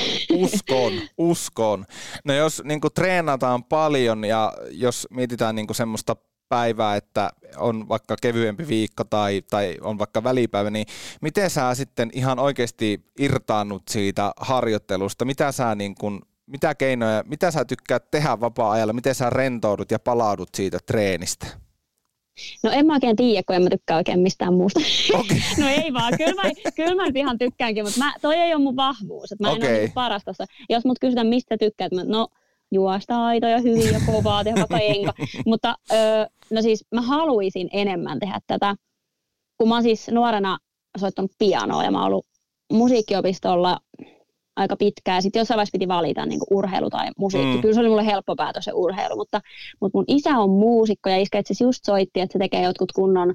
Uskon. No jos niin kuin treenataan paljon ja jos mietitään niin kuin semmoista päivää, että on vaikka kevyempi viikko tai on vaikka välipäivä, niin miten sä sitten ihan oikeasti irtaannut siitä harjoittelusta? Mitä keinoja, mitä sä tykkäät tehdä vapaa-ajalla? Miten sä rentoudut ja palaudut siitä treenistä? No en mä oikein tiedä, kun en mä tykkää oikein mistään muusta. Okay. No ei vaan, kyllä mä nyt ihan tykkäänkin, mutta toi ei ole mun vahvuus. Että mä en ole niin paras tossa. Jos mut kysytään, mistä tykkäät, juosta aitoja hyvin ja kovaa, tehdä vaikka enkä. Mutta no siis mä haluaisin enemmän tehdä tätä, kun mä oon siis nuorena soittanut pianoa ja mä oon ollut musiikkiopistolla aika pitkään. Ja sitten jossain vaiheessa piti valita niin kuin urheilu tai musiikki. Kyllä se oli mulle helppo päätös se urheilu, mutta mun isä on muusikko ja iskä itse just soitti, että se tekee jotkut kunnon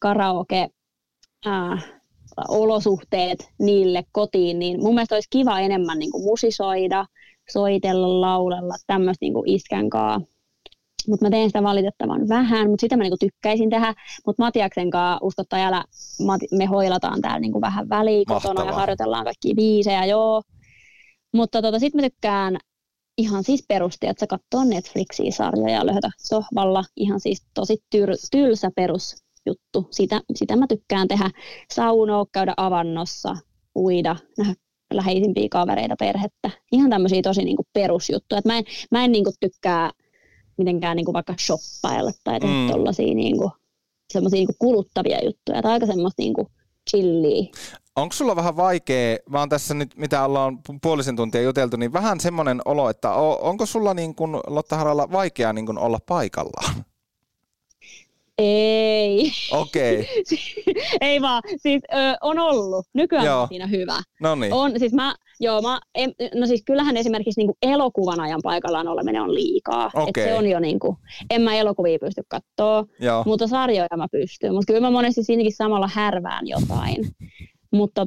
karaoke-olosuhteet niille kotiin. Niin mun mielestä olisi kiva enemmän niin kuin musisoida, soitella, laulella, tämmöistä niin kuin iskän kaa. Mutta mä teen sitä valitettavan vähän, mutta sitä mä niinku tykkäisin tehdä. Mutta Matiaksen kanssa, uskot tai älä, me hoilataan täällä niinku vähän väliin kotona ja harjoitellaan kaikkia biisejä, joo. Mutta sitten mä tykkään ihan siis perusti, että sä katsoo Netflixiä sarjoja ja löhötä sohvalla. Ihan siis tosi tylsä perusjuttu. Sitä mä tykkään tehdä. Saunoa, käydä avannossa, uida, nähdä läheisimpiä kavereita, perhettä. Ihan tämmöisiä tosi niinku perusjuttuja. Mä en niinku tykkää mitenkään niinku vaikka shoppailla tai tehdä tollaisia niinku, semmoisia niinku kuluttavia juttuja. Tai aika semmoista niinku chilliä. Onko sulla vähän vaikea, mä oon tässä nyt, mitä ollaan puolisen tuntia juteltu, niin vähän semmoinen olo, että onko sulla niin kuin Lotta Harala vaikea niin kuin olla paikallaan? Ei. Okei. Okay. Ei vaan, siis on ollut. Nykyään on siinä hyvä. Noniin. Siis Joo, no siis kyllähän esimerkiksi niinku elokuvan ajan paikallaan oleminen on liikaa. Okay. Et se on jo niinku, en mä elokuvia pysty katsoa, mutta sarjoja mä pystyn. Mutta kyllä mä monesti siinäkin samalla härvään jotain. Mutta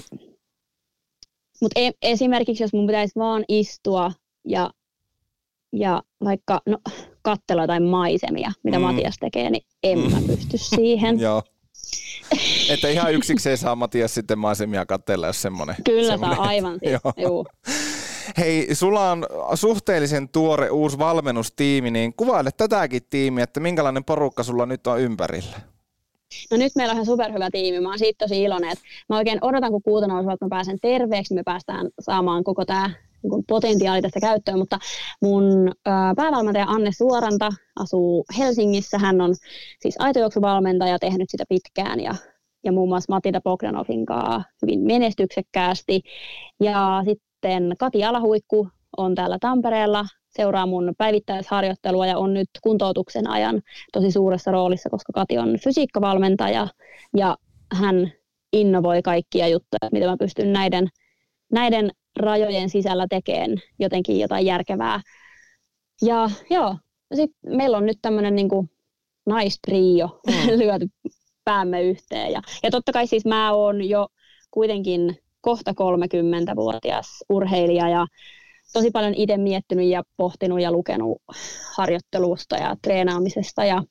esimerkiksi jos mun pitäisi vaan istua ja vaikka katsella jotain maisemia, mitä Matias tekee, niin en mä pysty siihen. Joo. Että ihan yksikseen saa Matias sitten maisemia katsella, jos semmoinen. Kyllä saa, aivan siis. Joo. Hei, sulla on suhteellisen tuore uusi valmennustiimi, niin kuvaile tätäkin tiimiä, että minkälainen porukka sulla nyt on ympärillä? No nyt meillä on ihan superhyvä tiimi. Mä oon siitä tosi iloinen, että mä oikein odotan, kun kuuta nousua, että mä pääsen terveeksi, me päästään saamaan koko tämä potentiaali tästä käyttöön, mutta mun päävalmentaja Anne Suoranta asuu Helsingissä. Hän on siis aitojuoksuvalmentaja, tehnyt sitä pitkään ja muun muassa Matilda Bogdanovin kanssa hyvin menestyksekkäästi. Ja sitten Kati Alahuikku on täällä Tampereella, seuraa mun päivittäisharjoittelua ja on nyt kuntoutuksen ajan tosi suuressa roolissa, koska Kati on fysiikkavalmentaja ja hän innovoi kaikkia juttuja, mitä mä pystyn näiden rajojen sisällä tekemään jotenkin jotain järkevää. Ja joo, sitten meillä on nyt tämmöinen niinku naistrio lyöty päämme yhteen. Ja totta kai siis mä oon jo kuitenkin kohta 30-vuotias urheilija ja tosi paljon itse miettinyt ja pohtinut ja lukenut harjoittelusta ja treenaamisesta ja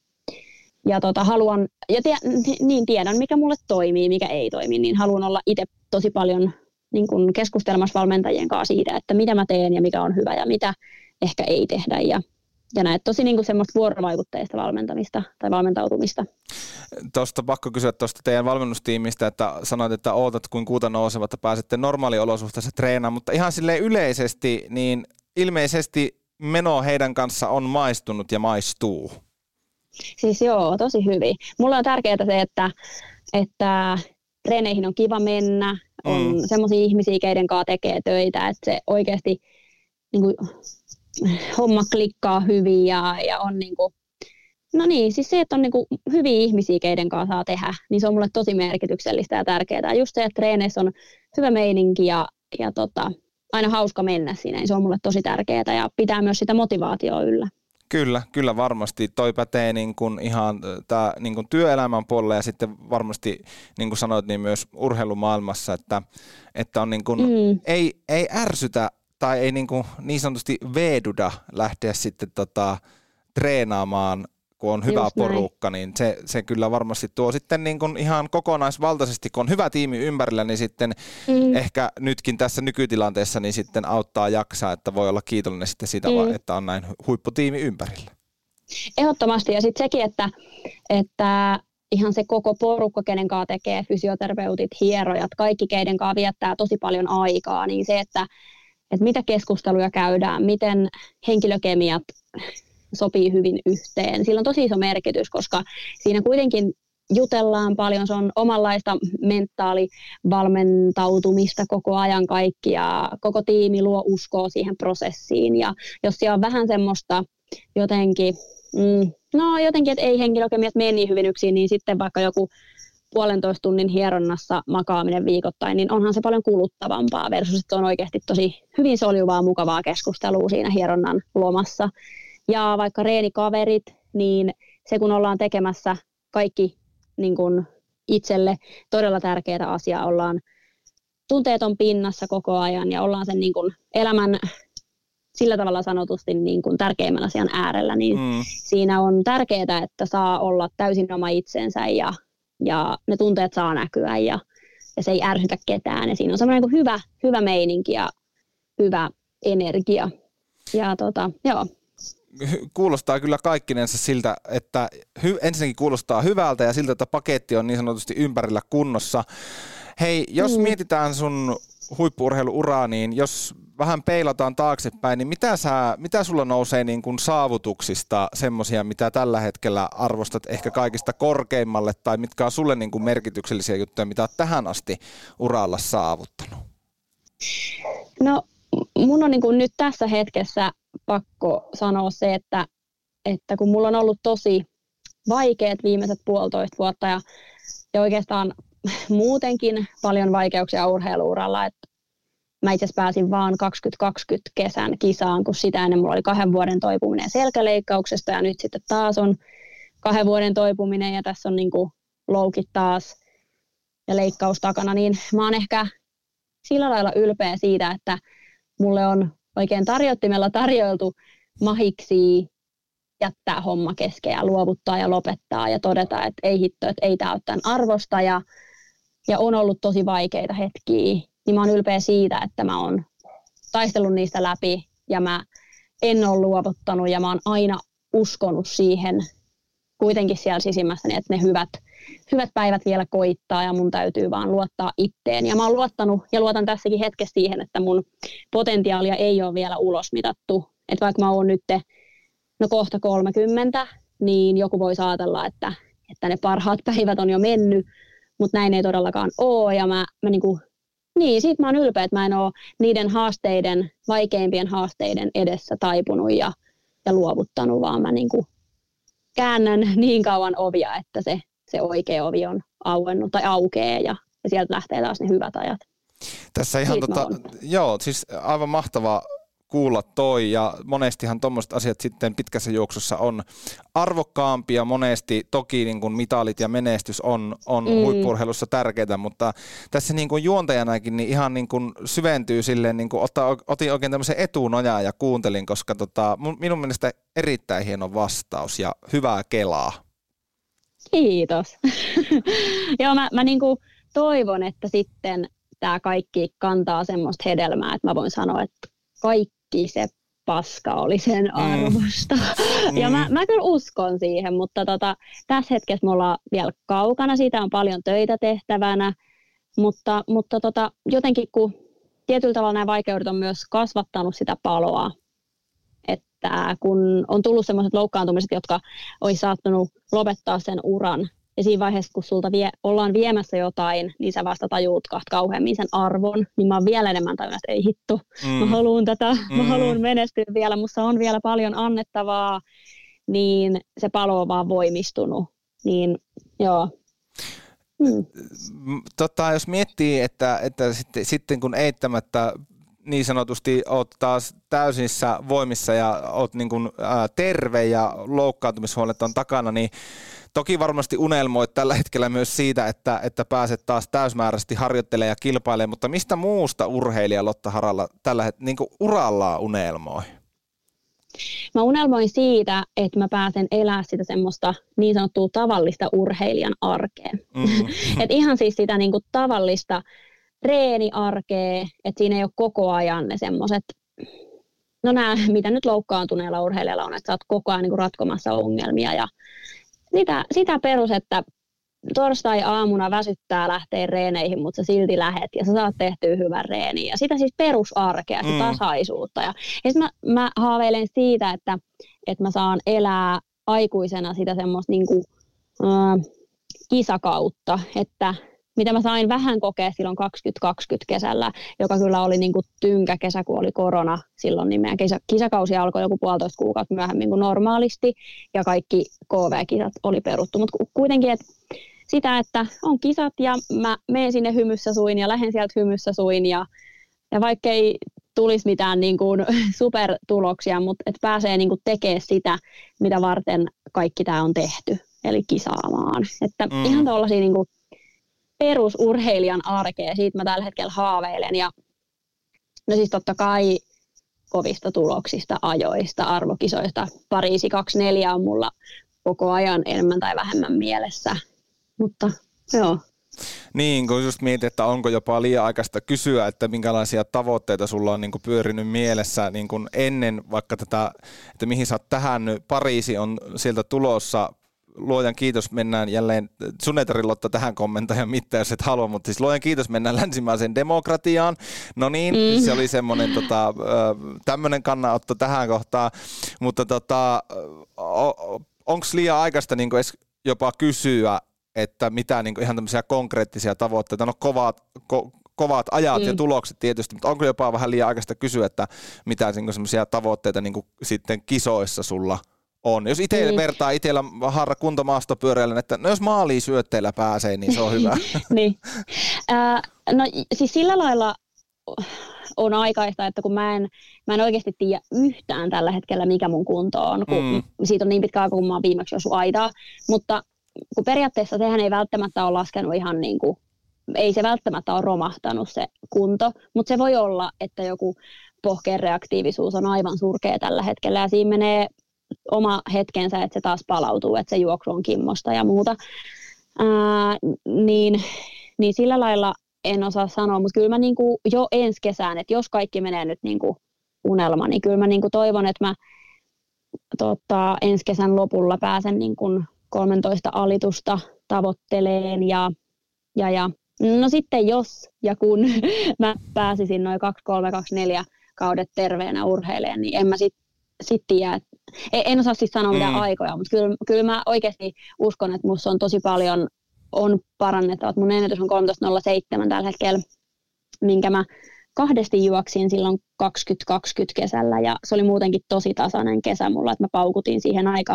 haluan, ja tiedän mikä mulle toimii, mikä ei toimi, niin haluan olla itse tosi paljon niin kuin keskustelemassa valmentajien kanssa siitä, että mitä mä teen ja mikä on hyvä ja mitä ehkä ei tehdä ja näet tosi niin kuin semmoista vuorovaikutteista valmentamista tai valmentautumista. Tuosta pakko kysyä tuosta teidän valmennustiimistä, että sanoit, että ootat kuin kuuta nousevat, että pääsette normaaliolosuhteessa treenaamaan, mutta ihan silleen yleisesti, niin ilmeisesti meno heidän kanssa on maistunut ja maistuu. Siis joo, tosi hyvin. Mulla on tärkeää se, että treeneihin on kiva mennä, on semmoisia ihmisiä, keiden kanssa tekee töitä, että se oikeasti niin kuin, homma klikkaa hyvin ja on niin kuin, no niin, siis se, että on niin kuin hyviä ihmisiä, keiden kanssa saa tehdä, niin se on mulle tosi merkityksellistä ja tärkeää. Just se, että treeneissä on hyvä meininki ja aina hauska mennä siinä, niin se on mulle tosi tärkeää ja pitää myös sitä motivaatiota yllä. Kyllä varmasti. Toi pätee niin kuin ihan niin kuin työelämän puolella ja sitten varmasti, niin kuin sanoit, niin myös urheilumaailmassa, että on niin kuin, ei ärsytä tai ei niin sanotusti veeduda lähteä sitten treenaamaan, kun on hyvä porukka, niin se kyllä varmasti tuo sitten niin kuin ihan kokonaisvaltaisesti, kun on hyvä tiimi ympärillä, niin sitten ehkä nytkin tässä nykytilanteessa niin sitten auttaa jaksaa, että voi olla kiitollinen sitten siitä, että on näin huipputiimi ympärillä. Ehdottomasti, ja sitten sekin, että ihan se koko porukka, kenen kanssa tekee fysioterapeutit, hierojat, kaikki keiden kanssa viettää tosi paljon aikaa, niin se, että mitä keskusteluja käydään, miten henkilökemiat sopii hyvin yhteen. Sillä on tosi iso merkitys, koska siinä kuitenkin jutellaan paljon, se on omanlaista mentaalivalmentautumista koko ajan kaikki ja koko tiimi luo uskoa siihen prosessiin ja jos siellä on vähän semmoista jotenkin, että ei henkilökemiat mene niin hyvin yksin, niin sitten vaikka joku 1,5 tunnin hieronnassa makaaminen viikoittain, niin onhan se paljon kuluttavampaa versus, että se on oikeasti tosi hyvin soljuvaa, mukavaa keskustelua siinä hieronnan lomassa. Ja vaikka reenikaverit, niin se kun ollaan tekemässä kaikki niin kun itselle todella tärkeää asiaa, ollaan tunteeton pinnassa koko ajan ja ollaan sen niin kun elämän sillä tavalla sanotusti niin kun tärkeimmän asian äärellä, niin siinä on tärkeää, että saa olla täysin oma itsensä ja ne tunteet saa näkyä ja se ei ärsytä ketään ja siinä on semmoinen niin hyvä meininki ja hyvä energia ja joo. Kuulostaa kyllä kaikkinensa siltä, että ensinnäkin kuulostaa hyvältä ja siltä, että paketti on niin sanotusti ympärillä kunnossa. Hei, jos mietitään sun huippu-urheiluuraa, niin jos vähän peilataan taaksepäin, niin mitä sulla nousee niin kuin saavutuksista semmoisia, mitä tällä hetkellä arvostat ehkä kaikista korkeimmalle tai mitkä on sulle niin kuin merkityksellisiä juttuja, mitä olet tähän asti uralla saavuttanut? No mun on niin kuin nyt tässä hetkessä pakko sanoa se, että kun mulla on ollut tosi vaikeat viimeiset 1,5 vuotta ja oikeastaan muutenkin paljon vaikeuksia urheiluuralla, mä itse asiassa pääsin vaan 2020 kesän kisaan, kun sitä ennen mulla oli 2 vuoden toipuminen selkäleikkauksesta ja nyt sitten taas on 2 vuoden toipuminen ja tässä on niin kuin loukit taas ja leikkaus takana, niin mä oon ehkä sillä lailla ylpeä siitä, että mulle on oikein tarjottimella tarjoiltu mahiksi jättää homma kesken ja luovuttaa ja lopettaa ja todeta, että ei hitto, että ei tää ole tämän arvosta ja on ollut tosi vaikeita hetkiä. Niin mä oon ylpeä siitä, että mä oon taistellut niistä läpi ja mä en ole luovuttanut ja mä oon aina uskonut siihen kuitenkin siellä sisimmässäni, että ne hyvät päivät vielä koittaa ja mun täytyy vaan luottaa itteen. Ja mä oon luottanut ja luotan tässäkin hetkessä siihen, että mun potentiaalia ei ole vielä ulosmitattu. Että vaikka mä oon nyt kohta 30, niin joku voi ajatella, että ne parhaat päivät on jo mennyt, mutta näin ei todellakaan ole. Ja mä siitä mä oon ylpeä, että mä en ole niiden vaikeimpien haasteiden edessä taipunut ja luovuttanut, vaan mä käännän niin kauan ovia, että se oikea ovi on auennut tai aukeaa ja sieltä lähtee taas ne hyvät ajat. Tässä ihan siis aivan mahtava kuulla toi ja monestihan tuommoiset asiat sitten pitkässä juoksussa on arvokkaampia. Monesti toki niin kuin mitalit ja menestys on huippu-urheilussa tärkeää, mutta tässä niin kuin juontajanakin niin ihan niin kuin syventyy silleen, niin kuin otin oikein tämmöisen etunojaa ja kuuntelin, koska minun mielestä erittäin hieno vastaus ja hyvää kelaa. Kiitos. Joo, mä niin kuin toivon, että sitten tämä kaikki kantaa semmoista hedelmää, että mä voin sanoa, että kaikki se paska oli sen arvosta. Ja mä kyllä uskon siihen, mutta tässä hetkessä me ollaan vielä kaukana, siitä on paljon töitä tehtävänä, mutta jotenkin kun tietyllä tavalla nämä vaikeudet on myös kasvattanut sitä paloa, että kun on tullut sellaiset loukkaantumiset, jotka olisi saattanut lopettaa sen uran, ja siinä vaiheessa, kun sulta ollaan viemässä jotain, niin sä vasta tajuut kauheammin sen arvon, niin mä oon vielä enemmän tajunnut, että ei hitto, mä haluun mä haluun menestyä vielä, musta on vielä paljon annettavaa, niin se palo on vaan voimistunut, niin joo. Jos miettii, että sitten kun eittämättä niin sanotusti oot taas täysissä voimissa ja oot niin kuin terve ja loukkaantumishuolet on takana, niin toki varmasti unelmoit tällä hetkellä myös siitä, että pääset taas täysmääräisesti harjoittelemaan ja kilpailemaan, mutta mistä muusta urheilija Lotta Haralla tällä hetkellä niin kuin urallaan unelmoi? Mä unelmoin siitä, että mä pääsen elää sitä semmoista niin sanottua tavallista urheilijan arkea. Et ihan siis sitä niin kuin tavallista treeniarkea, että siinä ei ole koko ajan ne semmoiset, no nämä, mitä nyt loukkaantuneella urheilijalla on, että sä oot koko ajan niin kuin ratkomassa ongelmia ja sitä perus, että torstai-aamuna väsyttää lähteä reeneihin, mutta sä silti lähet ja sä saat tehtyä hyvän reenin. Ja sitä siis perusarkea, sitä tasaisuutta. Ja mä haaveilen siitä, että mä saan elää aikuisena sitä semmoista niinku, kisakautta, että mitä mä sain vähän kokea silloin 2020 kesällä, joka kyllä oli niin kuin tynkä kesä, kun oli korona silloin, niin meidän kisakausi alkoi joku 1,5 kuukautta myöhemmin kuin normaalisti, ja kaikki KV-kisat oli peruttu, mutta kuitenkin sitä, että on kisat, ja mä menen sinne hymyssä suin, ja lähden sieltä hymyssä suin, ja vaikka ei tulisi mitään niin kuin supertuloksia, mutta et pääsee niin kuin tekemään sitä, mitä varten kaikki tämä on tehty, eli kisaamaan. Että ihan tuollaisia niin kuin perusurheilijan arkea, siitä mä tällä hetkellä haaveilen. Ja no siis totta kai kovista tuloksista, ajoista, arvokisoista. Pariisi 24 on mulla koko ajan enemmän tai vähemmän mielessä, mutta joo. Niin, kun just mietit, että onko jopa liian aikaista kysyä, että minkälaisia tavoitteita sulla on niin kuin pyörinyt mielessä niin kuin ennen vaikka tätä, että mihin sä oot tähännyt. Pariisi on sieltä tulossa. Luojan kiitos, mennään jälleen, sun ei tarvitse Lotta tähän kommentoida mitään, jos et halua, mutta siis luojan kiitos, mennään länsimaiseen demokratiaan. No niin, se oli semmoinen tämmöinen kannanotto tähän kohtaan, mutta onko liian aikaista niin edes jopa kysyä, että mitä niin ihan tämmöisiä konkreettisia tavoitteita, no kovat ajat ja tulokset tietysti, mutta onko jopa vähän liian aikaista kysyä, että mitä niin semmoisia tavoitteita niin sitten kisoissa sulla on. Jos itse vertaa itsellä Harra kuntomaastopyöräilijän, että no jos maaliin syötteillä pääsee, niin se on hyvä. Niin. No siis sillä lailla on aikaista, että kun mä en oikeasti tiedä yhtään tällä hetkellä, mikä mun kunto on, kun siitä on niin pitkä aika, kun mä oon viimeksi jossu aitaa, mutta kun periaatteessa sehän ei välttämättä ole laskenut ihan niin kuin, ei se välttämättä ole romahtanut se kunto, mutta se voi olla, että joku pohkeen reaktiivisuus on aivan surkea tällä hetkellä ja siinä menee oma hetkensä, että se taas palautuu, että se juoksu on kimmosta ja muuta. Niin sillä lailla en osaa sanoa, mutta kyllä mä niinku jo ensi kesään, että jos kaikki menee nyt niinku unelma, niin kyllä mä niinku toivon, että mä ensi kesän lopulla pääsen niinku 13 alitusta tavoitteleen ja no sitten jos ja kun mä pääsisin noin 23-24 kaudet terveenä urheileen, niin en mä sit tiedä. En osaa siis sanoa mitään aikoja, mutta kyllä mä oikeasti uskon, että musta on tosi paljon on parannettava. Mun ennätys on 13.07 tällä hetkellä, minkä mä kahdesti juoksin silloin 2020 kesällä ja se oli muutenkin tosi tasainen kesä mulla, että mä paukutin siihen aika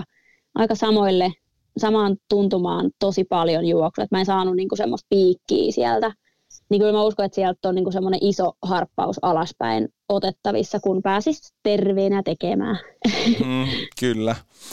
samaan tuntumaan tosi paljon juoksua, että mä en saanut niinku semmoista piikkiä sieltä. Niin kyllä mä uskon, että sieltä on niinku semmoinen iso harppaus alaspäin otettavissa, kun pääsis terveenä tekemään. Kyllä.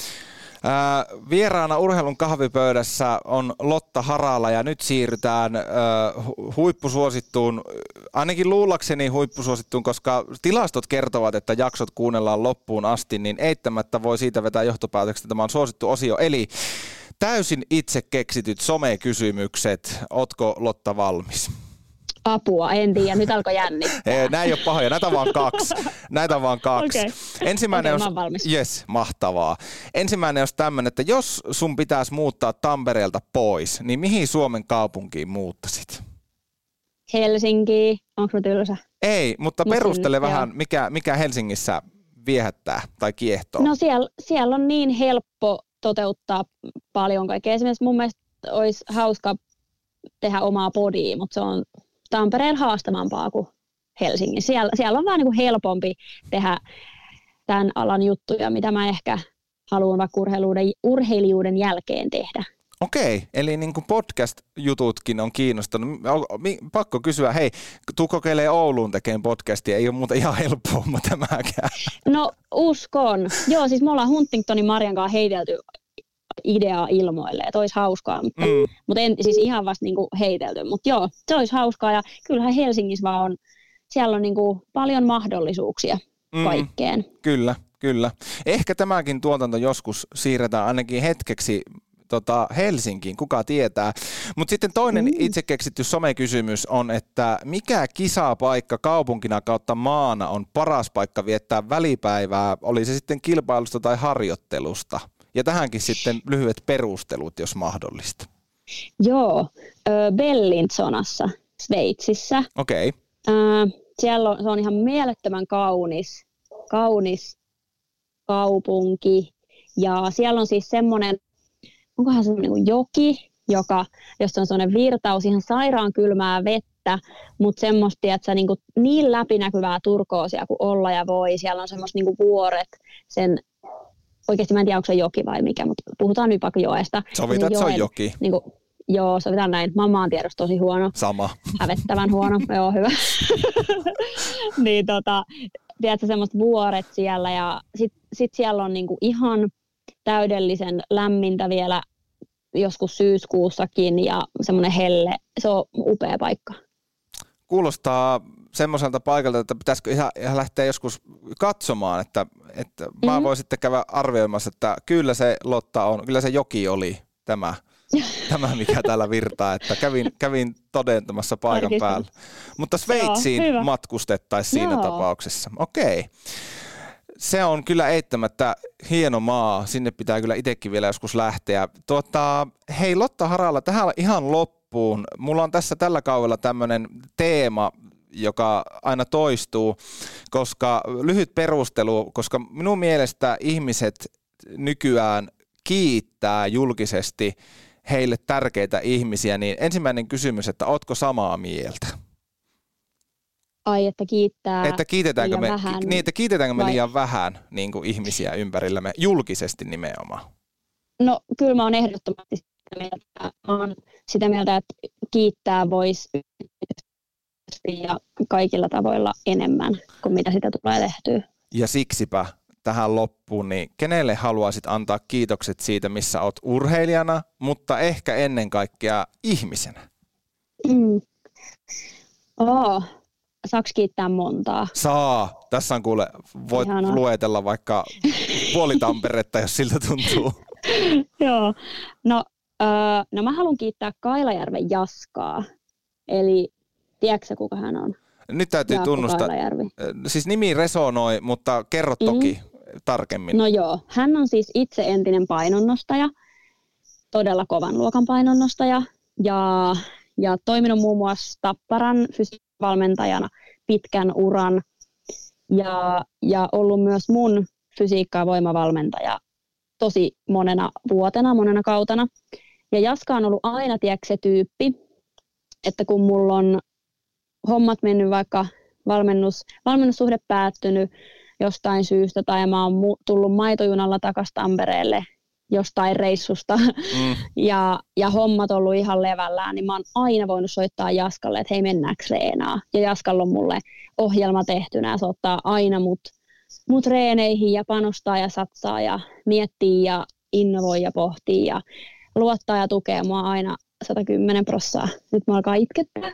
Vieraana urheilun kahvipöydässä on Lotta Harala ja nyt siirrytään huippusuosittuun, ainakin luullakseni huippusuosittuun, koska tilastot kertovat, että jaksot kuunnellaan loppuun asti, niin eittämättä voi siitä vetää johtopäätöksestä, että tämä on suosittu osio. Eli täysin itse keksityt somekysymykset. Ootko Lotta valmis? Apua, en tiedä. Nyt alkoi jännittää. Näin ei ole pahoja. Näitä on vaan kaksi. Okay. Ensimmäinen mä oon valmis. Yes, mahtavaa. Ensimmäinen on tämmöinen, että jos sun pitäisi muuttaa Tampereelta pois, niin mihin Suomen kaupunkiin muuttaisit? Helsinki. Onko tylsä? Ei, mutta perustele vähän, mikä Helsingissä viehättää tai kiehtoo. No siellä on niin helppo toteuttaa paljon kaikkea. Esimerkiksi mun mielestä olisi hauska tehdä omaa podia, mutta se on Tampereella haastavampaa kuin Helsingissä. Siellä on vaan niin kuin helpompi tehdä tämän alan juttuja, mitä mä ehkä haluan vaikka urheilijuuden jälkeen tehdä. Okei, eli niin kuin podcast-jututkin on kiinnostanut. Pakko kysyä, hei, tuu kokeilemaan Ouluun tekemään podcastia, ei ole muuten ihan helppoa, mutta tämäkään. No uskon. Joo, siis me ollaan Huntingtonin Marjan kanssa heitelty ideaa ilmoille, että olisi hauskaa, mutta en siis ihan vasta niinku heitelty, mutta joo, se olisi hauskaa ja kyllähän Helsingissä vaan on, siellä on niinku paljon mahdollisuuksia kaikkeen. Kyllä. Ehkä tämäkin tuotanto joskus siirretään ainakin hetkeksi Helsinkiin, kuka tietää. Mutta sitten toinen itse keksitty somekysymys on, että mikä kisapaikka kaupunkina kautta maana on paras paikka viettää välipäivää, oli se sitten kilpailusta tai harjoittelusta? Ja tähänkin sitten lyhyet perustelut, jos mahdollista. Joo, Bellinzonassa, Sveitsissä. Okei. Siellä se on ihan mielettömän kaunis kaupunki. Ja siellä on siis semmoinen, onkohan semmoinen niin joki, jossa on semmoinen virtaus, ihan sairaan kylmää vettä, mutta semmoista, että niin läpinäkyvää turkoosia kuin olla ja voi. Siellä on semmoiset niin vuoret oikeasti mä en tiedä, onko se joki vai mikä, mutta puhutaan nyt vaikka joesta. Sovitaan, että se on joki. Joo, sovitaan näin. Mä oon maantiedossa tosi huono. Sama. Hävettävän huono. Joo, hyvä. Niin tiedätkö, semmoiset vuoret siellä ja sit siellä on niinku ihan täydellisen lämmintä vielä joskus syyskuussakin ja semmoinen helle. Se on upea paikka. Kuulostaa semmoiselta paikalta, että pitäisikö ihan lähteä joskus katsomaan, että mä voin sitten käydä arvioimassa, että kyllä se Lotta on, kyllä se joki oli tämä mikä täällä virtaa, että kävin todentamassa paikan päällä. Mutta Sveitsiin matkustettaisiin siinä tapauksessa. Okei. Se on kyllä eittämättä hieno maa, sinne pitää kyllä itsekin vielä joskus lähteä. Hei Lotta Harala, tähän ihan loppuun. Mulla on tässä tällä kaudella tämmöinen teema, joka aina toistuu, koska lyhyt perustelu, koska minun mielestä ihmiset nykyään kiittää julkisesti heille tärkeitä ihmisiä, niin ensimmäinen kysymys, että ootko samaa mieltä? Ai, että kiittää että kiitetäänkö liian vähän? Niin, että kiitetäänkö me liian vähän niin kuin ihmisiä ympärillämme, julkisesti nimenomaan? No kyllä mä oon ehdottomasti sitä mieltä, että kiittää voisi ja kaikilla tavoilla enemmän kuin mitä sitä tulee tehtyä. Ja siksipä tähän loppuun, niin kenelle haluaisit antaa kiitokset siitä, missä oot urheilijana, mutta ehkä ennen kaikkea ihmisenä? Saaks kiittää montaa? Saa. Tässä on kuule, voit luetella vaikka puoli Tamperetta, jos siltä tuntuu. Joo. No mä haluan kiittää Kailajärven Jaskaa. Eli tiedätkö kuka hän on? Nyt täytyy Jaakko tunnustaa. Kailajärvi. Siis nimi resonoi, mutta kerro toki tarkemmin. No joo, hän on siis itse entinen painonnostaja, todella kovan luokan painonnostaja ja toiminut muun muassa Tapparan fysiikkavalmentajana pitkän uran ja ollut myös mun fysiikka- ja voimavalmentaja tosi monena vuotena, monena kautena. Ja Jaska on ollut aina, tiedätkö, se tyyppi, että kun mulla on hommat mennyt, vaikka valmennussuhde päättynyt jostain syystä tai mä oon tullut maitojunalla takaisin Tampereelle jostain reissusta ja hommat on ollut ihan levällään, niin mä oon aina voinut soittaa Jaskalle, että hei, mennäänkö treenaa. Ja Jaskalla on mulle ohjelma tehtynä ja se ottaa aina mut treeneihin ja panostaa ja satsaa ja miettii ja innovoi ja pohtii ja luottaa ja tukee mua aina 110%. Nyt mä alkaa itkettää.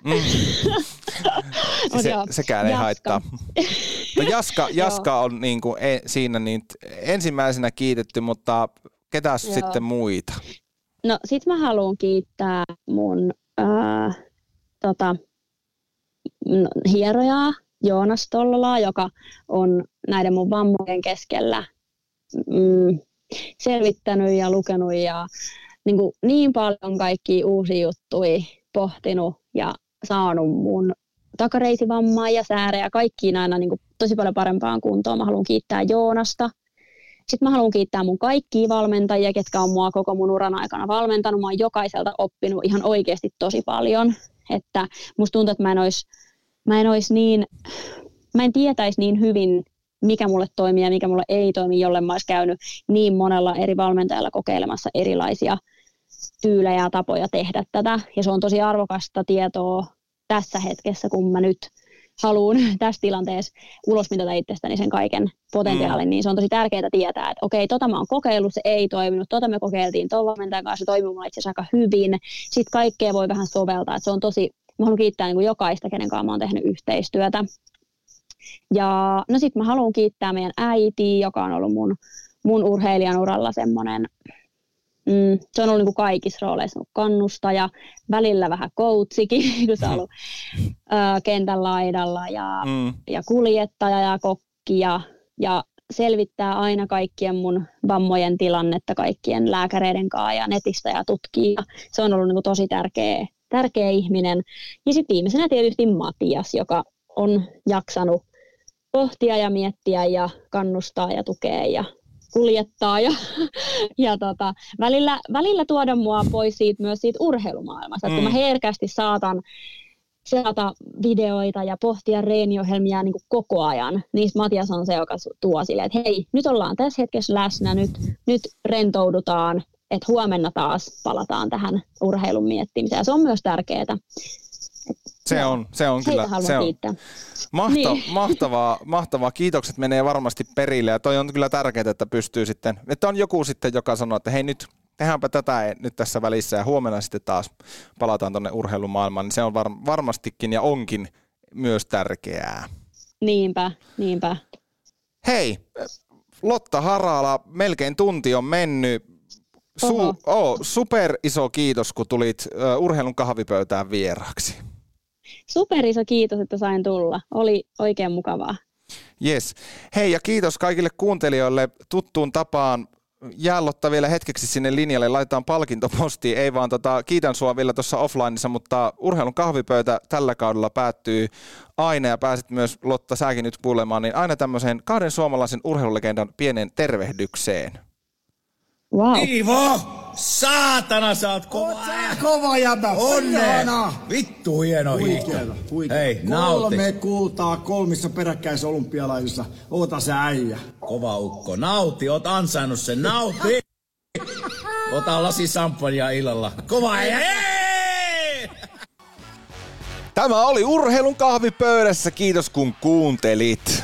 Sekään ei haittaa. No Jaska on niin kuin siinä niin ensimmäisenä kiitetty, mutta ketäs sitten muita? No sit mä haluan kiittää mun hierojaa Joonas Tollolaa, joka on näiden mun vammojen keskellä selvittänyt ja lukenut ja niin paljon kaikkia uusia juttuja pohtinut ja saanut mun takareisivammaa ja säärejä kaikkiin aina tosi paljon parempaan kuntoon. Mä haluan kiittää Joonasta. Sitten mä haluan kiittää mun kaikkia valmentajia, ketkä on mua koko mun uran aikana valmentanut. Mä oon jokaiselta oppinut ihan oikeasti tosi paljon. Että musta tuntuu, että mä en tietäisi niin hyvin, mikä mulle toimii ja mikä mulle ei toimi, jolle mä ois käynyt niin monella eri valmentajalla kokeilemassa erilaisia tyylejä ja tapoja tehdä tätä. Ja se on tosi arvokasta tietoa tässä hetkessä, kun mä nyt haluan tässä tilanteessa ulosmitata itsestäni sen kaiken potentiaalin, niin se on tosi tärkeää tietää, että okei, mä oon kokeillut, se ei toiminut, me kokeiltiin tuon valmentajan kanssa, se toimii mulle itse asiassa aika hyvin, sitten kaikkea voi vähän soveltaa, että se on tosi, mä haluan kiittää jokaista, kenen kanssa mä oon tehnyt yhteistyötä. Ja no sit mä haluan kiittää meidän äitiä, joka on ollut mun urheilijan uralla semmoinen, se on ollut kaikissa rooleissa kannustaja, välillä vähän coachikin, kun se on ollut kentän laidalla ja kuljettaja ja kokki ja selvittää aina kaikkien mun vammojen tilannetta kaikkien lääkäreiden kanssa ja netistä ja tutkii. Se on ollut tosi tärkeä ihminen. Ja sitten viimeisenä tietysti Matias, joka on jaksanut pohtia ja miettiä ja kannustaa ja tukea ja kuljettaa ja välillä tuoda mua pois myös siitä urheilumaailmasta. Kun mä herkästi saatan selata videoita ja pohtia reeniohjelmia niin kuin koko ajan, niin Matias on se, joka tuo silleen, että hei, nyt ollaan tässä hetkessä läsnä, nyt rentoudutaan, että huomenna taas palataan tähän urheilun miettimiseen. Se on myös tärkeää. Se on kyllä. Se on. Mahtavaa. Kiitokset menee varmasti perille ja toi on kyllä tärkeää, että pystyy sitten, että on joku sitten, joka sanoo, että hei nyt tehdäänpä tätä nyt tässä välissä ja huomenna sitten taas palataan tuonne urheilumaailmaan, niin se on varmastikin ja onkin myös tärkeää. Niinpä. Hei, Lotta Harala, melkein tunti on mennyt. Super iso kiitos, kun tulit urheilun kahvipöytään vieraaksi. Super iso kiitos, että sain tulla. Oli oikein mukavaa. Yes. Hei ja kiitos kaikille kuuntelijoille tuttuun tapaan. Jää Lotta vielä hetkeksi sinne linjalle, laitetaan palkintopostiin, ei vaan kiitän sua vielä tuossa offlineissa, mutta urheilun kahvipöytä tällä kaudella päättyy aina ja pääsit myös Lotta säkin nyt kuulemaan, niin aina tämmöiseen 2 suomalaisen urheilulegendan pienen tervehdykseen. Wow. Iivo! Saatana, sä oot kova jäbä. Onnea! Vittu hieno hiihto. Hei, nauti. 3 kultaa 3 peräkkäisissä olympialaisissa. Oota sä äijä. Kova ukko. Nauti, oot ansainnut sen. Nauti! Ota lasi sampania illalla. Kova äijä. Tämä oli Urheilun kahvipöydässä. Kiitos kun kuuntelit.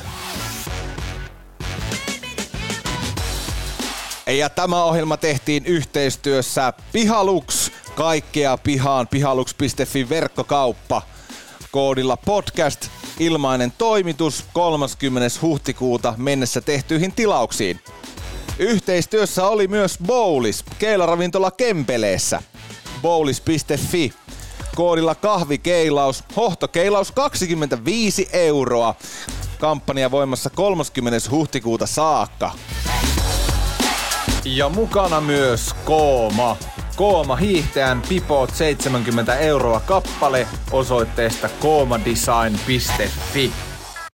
Ja tämä ohjelma tehtiin yhteistyössä Pihalux. Kaikkea pihaan pihalux.fi verkkokauppa. Koodilla podcast ilmainen toimitus 30. huhtikuuta mennessä tehtyihin tilauksiin. Yhteistyössä oli myös Bowlis, keilaravintola Kempeleessä. Bowlis.fi. Koodilla kahvikeilaus, hohtokeilaus 25 €. Kampanja voimassa 30. huhtikuuta saakka. Ja mukana myös Kooma. Kooma hiihtäjän pipot 70 € kappale osoitteesta koomadesign.fi.